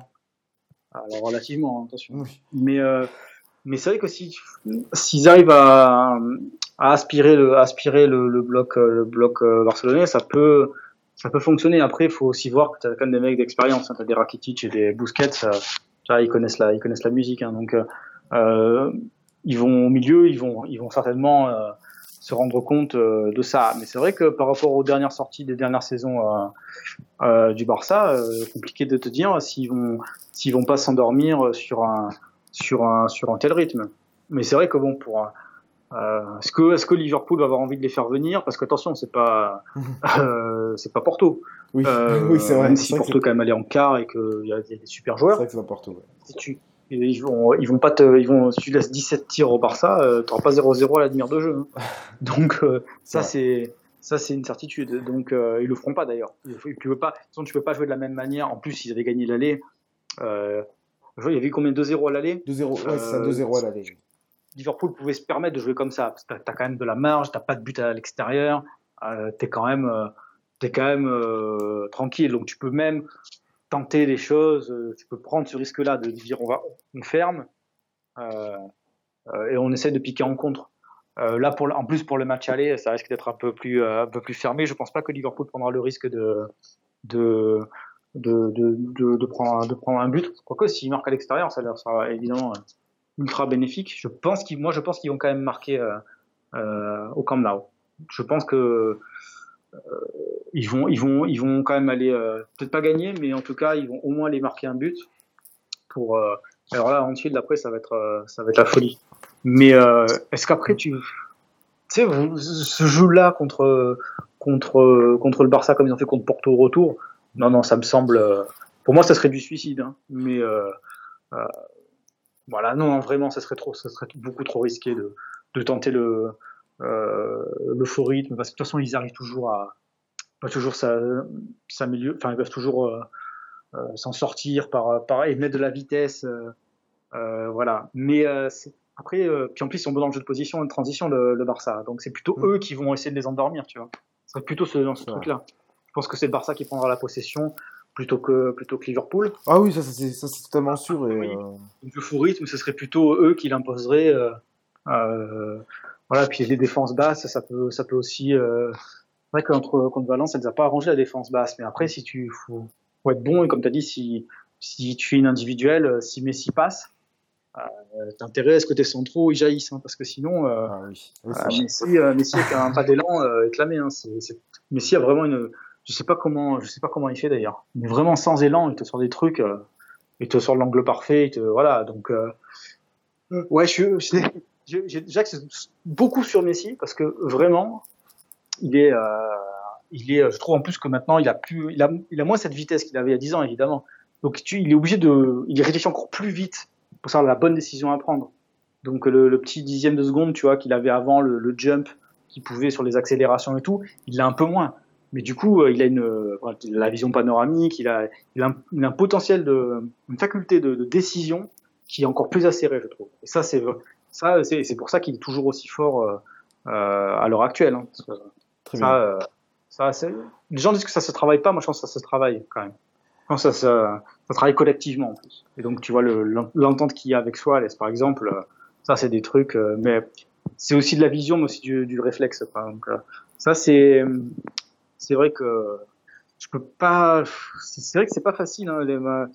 Alors, relativement, attention. Oui. Mais, euh, mais c'est vrai que si, s'ils arrivent à, à aspirer le, aspirer le, le bloc, le bloc euh, barcelonais, ça peut, ça peut fonctionner. Après, il faut aussi voir que tu as quand même des mecs d'expérience. Hein. Tu as des Rakitic et des Busquets, ça, ça, ils connaissent la, ils connaissent la musique. Hein. Donc, euh, ils vont au milieu, ils vont, ils vont certainement euh, se rendre compte euh, de ça. Mais c'est vrai que par rapport aux dernières sorties des dernières saisons euh, euh, du Barça, euh, compliqué de te dire s'ils vont, s'ils vont pas s'endormir sur un, sur un, sur un tel rythme. Mais c'est vrai que bon, pour euh, est-ce que, est-ce que Liverpool va avoir envie de les faire venir? Parce que attention, c'est pas, euh, c'est pas Porto. Oui, Euh, oui, c'est vrai. Même C'est si vrai que Porto c'est- quand même allait en quart et qu'il y a des, des super c'est joueurs. vrai que c'est pas Porto. Ouais. Si tu, ils vont, ils vont pas te, ils vont, si tu laisses dix-sept tirs au Barça, euh, t'auras pas zéro zéro à la demi-heure de jeu. Hein. Donc, euh, ça, Ouais. c'est, ça, c'est une certitude. Donc, euh, ils le feront pas d'ailleurs. Il faut- Tu peux pas, de toute façon, tu peux pas jouer de la même manière. En plus, ils avaient gagné l'aller. Euh, je vois, il y avait combien deux zéro à l'aller? deux zéro, ouais, c'est ça, Euh, deux zéro à l'aller. Liverpool pouvait se permettre de jouer comme ça, parce que t'as quand même de la marge, t'as pas de but à l'extérieur, euh, t'es quand même, euh, t'es quand même euh, tranquille, donc tu peux même tenter des choses, euh, tu peux prendre ce risque-là de dire on va, on ferme euh, euh, et on essaie de piquer en contre. Euh, là, pour, en plus pour le match aller, ça risque d'être un peu plus, euh, un peu plus fermé. Je pense pas que Liverpool prendra le risque de, de, de, de, de, de prendre, de prendre un but. Quoique s'ils marquent à l'extérieur, ça leur sera évidemment ultra bénéfique. Je pense qu'ils, moi, je pense qu'ils vont quand même marquer euh, euh, au Camp Nou. Je pense que euh, ils vont, ils vont, ils vont quand même aller, euh, peut-être pas gagner, mais en tout cas, ils vont au moins aller marquer un but. Pour, euh, alors là, ensuite, d'après, ça va être, euh, ça va être la folie. Mais euh, est-ce qu'après, tu, tu sais, vous- ce jeu-là contre, contre, contre le Barça, comme ils ont fait contre Porto au retour, non, non, ça me semble, euh, pour moi, ça serait du suicide. Hein. Mais euh, euh, voilà, non, vraiment, ça serait trop, ça serait beaucoup trop risqué de, de tenter le, euh, le faux rythme, parce que de toute façon, ils arrivent toujours à, à toujours ça, s'améliorer, enfin, ils peuvent toujours euh, euh, s'en sortir par, par et mettre de la vitesse, euh, euh, voilà. Mais euh, c'est, après, euh, puis en plus, ils sont bons dans le jeu de position et de transition, le, le Barça, donc c'est plutôt Mm. eux qui vont essayer de les endormir, tu vois. Ce serait plutôt ce, dans ce C'est vrai. truc-là. Je pense que c'est le Barça qui prendra la possession plutôt que plutôt que Liverpool. Ah oui, ça, ça, c'est, ça, c'est totalement sûr. Et, Oui. euh, Donc, le faux rythme, ce serait plutôt eux qui l'imposeraient. Euh, euh, voilà, puis les défenses basses, ça peut, ça peut aussi. Euh, c'est vrai qu'entre contre Valence, ça ne nous a pas arrangé la défense basse. Mais après, si tu faut, faut être bon et comme tu as dit, si si tu fais une individuelle, si Messi passe, euh, t'as intérêt à ce que tes centraux ils jaillissent, hein, parce que sinon, euh, Ah oui, oui, c'est euh, vrai. Messi, euh, Messi avec un pas d'élan euh, éclamé. Hein, c'est, c'est, Messi a vraiment une. Je sais pas comment, je sais pas comment il fait d'ailleurs. Mais vraiment sans élan, il te sort des trucs. Euh, il te sort l'angle parfait, il te, voilà, donc euh, ouais, je, je, je, je, j'axe beaucoup sur Messi parce que vraiment, il est, euh, il est, je trouve en plus que maintenant il a plus, il a, il a moins cette vitesse qu'il avait il y a dix ans évidemment. Donc tu, il est obligé de, il réfléchit encore plus vite pour savoir la bonne décision à prendre. Donc le, le petit dixième de seconde, tu vois, qu'il avait avant le, le jump, qu'il pouvait sur les accélérations et tout, il l'a un peu moins. Mais du coup, il a une, il a la vision panoramique, il a, il a, un, il a un potentiel de, une faculté de, de décision qui est encore plus acérée, je trouve. Et ça, c'est, ça, c'est, c'est pour ça qu'il est toujours aussi fort euh, euh, à l'heure actuelle. Hein, parce que Très ça, bien. euh, ça, c'est, les gens disent que ça se travaille pas, moi je pense que ça se travaille quand même. Je pense que ça, ça, ça travaille collectivement en plus. Et donc, tu vois, le, l'entente qu'il y a avec Suarez, par exemple, ça, c'est des trucs, euh, mais c'est aussi de la vision, mais aussi du, du réflexe. Quoi. Donc, euh, ça, c'est, c'est vrai que je peux pas. C'est vrai que c'est pas facile. Hein, les,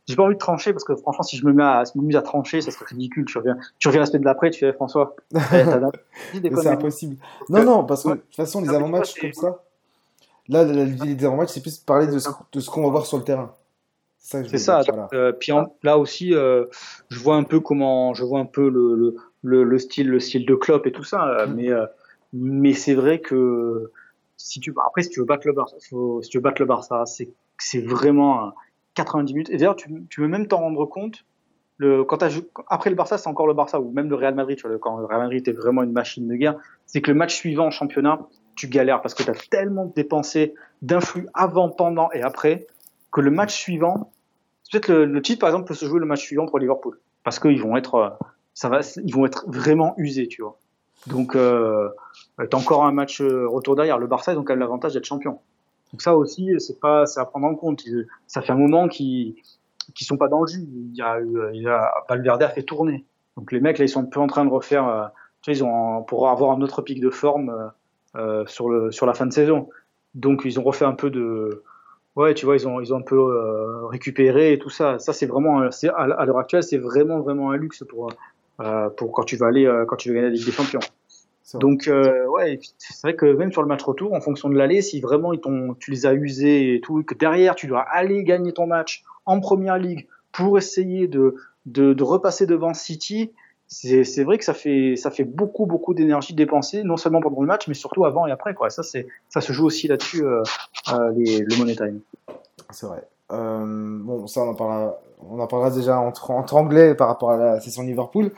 j'ai pas envie de trancher parce que franchement, si je me mets à, si je me mets à trancher, ça serait ridicule. Tu reviens, tu reviens la semaine d'après, tu fais François. Eh, t'as dit des Mais c'est conneries. impossible. Non, non, parce que Ouais. de toute façon, les Non, mais avant-matchs tu comme vois, ça, là, la- la- les avant-matchs, c'est plus parler de ce, de ce qu'on va voir sur le terrain. C'est ça que je c'est veux dire. ça. Voilà. Euh, puis en- là aussi, euh, je vois un peu comment, je vois un peu le, le, le, le style, le style de Klopp et tout ça. euh, Mm. Mais, euh, mais c'est vrai que si tu, après, si tu veux battre le Barça, faut- si tu veux battre le Barça, c'est, c'est vraiment euh, quatre-vingt-dix minutes. Et d'ailleurs, tu, tu veux même t'en rendre compte. Le, quand t'as, jou- après le Barça, c'est encore le Barça, ou même le Real Madrid, tu vois, quand le Real Madrid était vraiment une machine de guerre, c'est que le match suivant en championnat, tu galères parce que tu as tellement dépensé d'influx avant, pendant et après, que le match suivant, peut-être le, le titre par exemple peut se jouer le match suivant pour Liverpool, parce qu'ils vont être, euh, ça va, ils vont être vraiment usés, tu vois. Donc, euh, t'as encore un match euh, retour derrière. Le Barça, ils ont quand même l'avantage d'être champion. Donc ça aussi, c'est pas, c'est à prendre en compte. Ils- ça fait un moment qu'ils qui sont pas dans le jus. Il y a, eu- il y a Valverde a fait tourner. Donc les mecs là, ils sont un peu en train de refaire. euh, tu vois, ils ont pour avoir un autre pic de forme euh, euh, sur le sur la fin de saison. Donc ils ont refait un peu de. Ouais, tu vois, ils ont ils ont un peu euh, récupéré et tout ça. Ça c'est vraiment, euh, c'est à, à l'heure actuelle, c'est vraiment vraiment un luxe pour euh, pour quand tu vas aller euh, quand tu veux gagner la Ligue des Champions. C'est vrai. Donc euh, ouais, et puis, c'est vrai que même sur le match retour, en fonction de l'aller, si vraiment ils t'ont, tu les as usés et tout, et que derrière tu dois aller gagner ton match en première ligue pour essayer de, de, de repasser devant City, c'est, c'est vrai que ça fait, ça fait beaucoup beaucoup d'énergie dépensée, non seulement pendant le match, mais surtout avant et après, quoi. Ça c'est, ça se joue aussi là-dessus, euh, euh, les, le Money Time. C'est vrai. Euh, bon, ça, on en parlera, on en parlera déjà entre, entre anglais par rapport à la session Liverpool.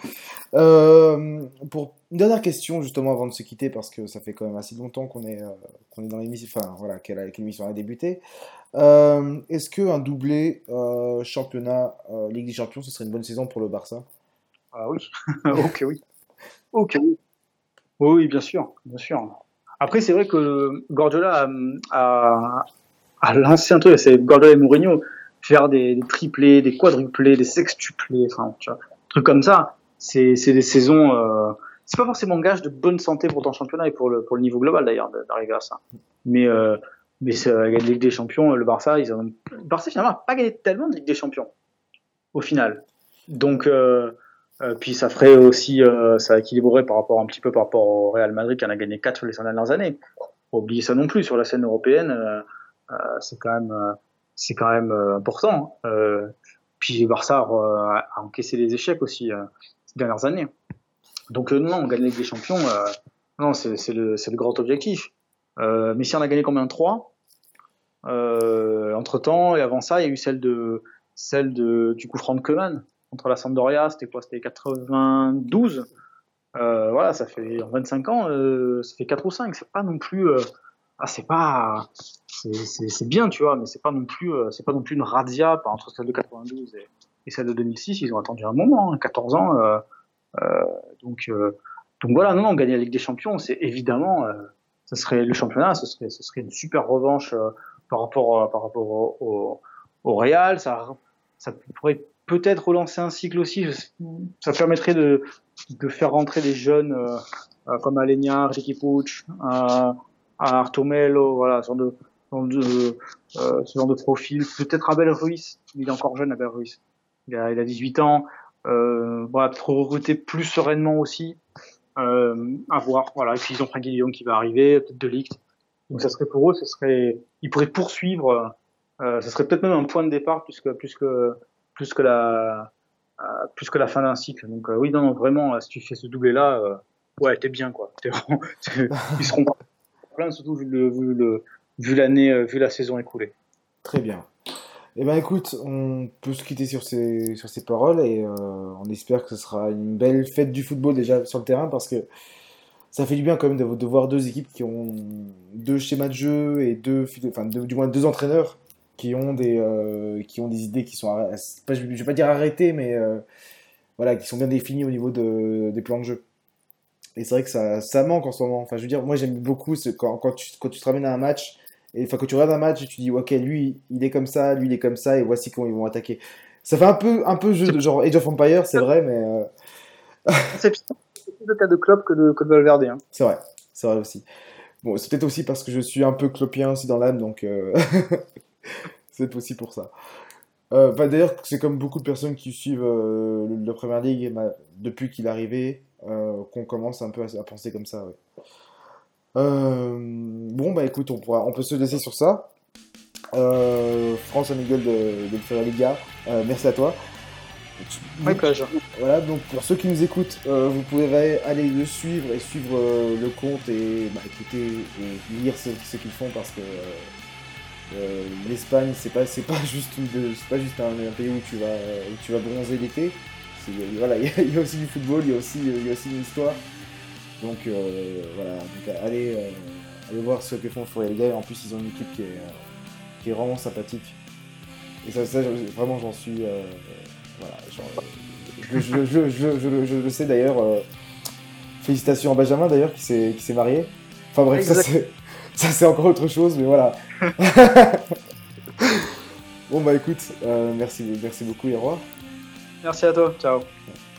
Euh, pour une dernière question, justement, avant de se quitter, parce que ça fait quand même assez longtemps qu'on est, euh, qu'on est dans l'émission, enfin, voilà, qu'elle a- que l'émission a débuté. Euh, est-ce qu'un doublé euh, championnat, euh, Ligue des Champions, ce serait une bonne saison pour le Barça? Ah oui, ok oui, ok oui. Oui, bien sûr, bien sûr. Après, c'est vrai que Guardiola a, a, a lancé un truc, c'est Guardiola et Mourinho, faire des, des triplés, des quadruplés, des sextuplés, enfin, tu vois, des trucs comme ça. C'est, c'est des saisons, euh, c'est pas forcément gage de bonne santé pour ton championnat et pour le, pour le niveau global d'ailleurs, d'arriver à ça. Mais, euh, mais c'est, euh, la Ligue des Champions, le Barça, ils ont, le Barça finalement n'a pas gagné tellement de Ligue des Champions, au final. Donc, euh, euh, puis ça ferait aussi, euh, ça équilibrerait par rapport, un petit peu par rapport au Real Madrid qui en a gagné quatre sur les cinq dernières années. Faut pas oublier ça non plus sur la scène européenne. Euh, euh, c'est quand même, euh, c'est quand même euh, important. Hein. Euh, puis Barça a, a encaissé les échecs aussi euh, ces dernières années. Donc euh, non, on gagne la Ligue des Champions. Euh, non, c'est, c'est le, c'est le grand objectif. Euh, mais si on a gagné combien? Trois euh, entre temps, et avant ça, il y a eu celle de, celle de, du coup franc de Koeman contre la Sampdoria. C'était quoi? C'était quatre-vingt-douze. Euh, voilà, ça fait en vingt-cinq ans, euh, ça fait quatre ou cinq. C'est pas non plus, euh, ah, c'est pas, c'est, c'est, c'est bien, tu vois, mais c'est pas non plus, euh, c'est pas non plus une razzia entre celle de quatre-vingt-douze et, et celle de deux mille six. Ils ont attendu un moment, hein, quatorze ans. Euh, euh, donc, euh, donc voilà, non, non, gagner la Ligue des Champions, c'est évidemment, euh, ça serait le championnat, ce serait, ce serait une super revanche euh, par rapport, euh, par rapport au, au, au Real. Ça, ça pourrait peut-être relancer un cycle aussi. Ça permettrait de de faire rentrer des jeunes euh, euh, comme Alenia, Ricky Puig, euh, Arthur Melo, voilà, ce genre de, ce genre de, euh, ce genre de profil. Peut-être Abel Ruiz, il est encore jeune, Abel Ruiz. Il a, il a dix-huit ans. Euh, voilà, peut-être recruter plus sereinement aussi. Euh, à voir, voilà. Et puis ils ont Frankie de Jong qui va arriver, peut-être De Ligt. Donc ça serait pour eux, ce serait, ils pourraient poursuivre. Euh, ce serait peut-être même un point de départ plus que plus que plus que la euh, plus que la fin d'un cycle. Donc euh, oui, non, vraiment, euh, si tu fais ce doublé-là, euh, ouais, t'es bien, quoi. T'es vraiment, ils seront pas pleins, surtout vu, le, vu, le, vu l'année, euh, vu la saison écoulée. Très bien. Eh ben écoute, on peut se quitter sur ces, sur ces paroles et euh, on espère que ce sera une belle fête du football déjà sur le terrain parce que ça fait du bien quand même de, de voir deux équipes qui ont deux schémas de jeu et deux, enfin deux, du moins deux entraîneurs qui ont des, euh, qui ont des idées qui sont, arr- pas, je vais pas dire arrêtées, mais euh, voilà, qui sont bien définies au niveau de, des plans de jeu. Et c'est vrai que ça, ça manque en ce moment. Enfin, je veux dire, moi j'aime beaucoup ce, quand, quand, tu, quand tu te ramènes à un match, et enfin, quand tu regardes un match et tu dis, ok, lui il est comme ça, lui il est comme ça, et voici comment ils vont attaquer. Ça fait un peu, un peu jeu de genre Age of Empire, c'est vrai, mais euh, C'est plus le cas de Klopp que de, que de Valverde. Hein. c'est vrai, c'est vrai aussi. Bon, c'est peut-être aussi parce que je suis un peu clopien aussi dans l'âme, donc euh, c'est peut-être aussi pour ça. Euh, bah, d'ailleurs, c'est comme beaucoup de personnes qui suivent euh, le- la Première Ligue bah, depuis qu'il est arrivé, euh, qu'on commence un peu à, à penser comme ça. Ouais. Euh, bon, bah écoute, on, pourra, on peut se laisser sur ça. Euh, France Amiguel de, de Première Liga, euh, merci à toi. My pleasure. Voilà, donc pour ceux qui nous écoutent, euh, vous pouvez aller le suivre et suivre euh, le compte et bah, écouter et lire ce, ce qu'ils font parce que euh, euh, l'Espagne c'est pas c'est pas juste une de- c'est pas juste un, un pays où tu vas où tu vas bronzer l'été. C'est- Voilà, il y, a- il y a aussi du football, il y a aussi il y a aussi une histoire. Donc euh, voilà, donc allez euh, allez voir ce que font Fourier. En plus ils ont une équipe qui est euh, qui est vraiment sympathique. Et ça, ça vraiment j'en suis euh, voilà, genre, je, je, je, je, je, je le sais d'ailleurs. Euh, félicitations à Benjamin d'ailleurs qui s'est qui s'est marié. Enfin bref, ça c'est, ça c'est encore autre chose, mais voilà. Bon bah écoute, euh, merci, merci beaucoup et au revoir. Merci à toi. Ciao.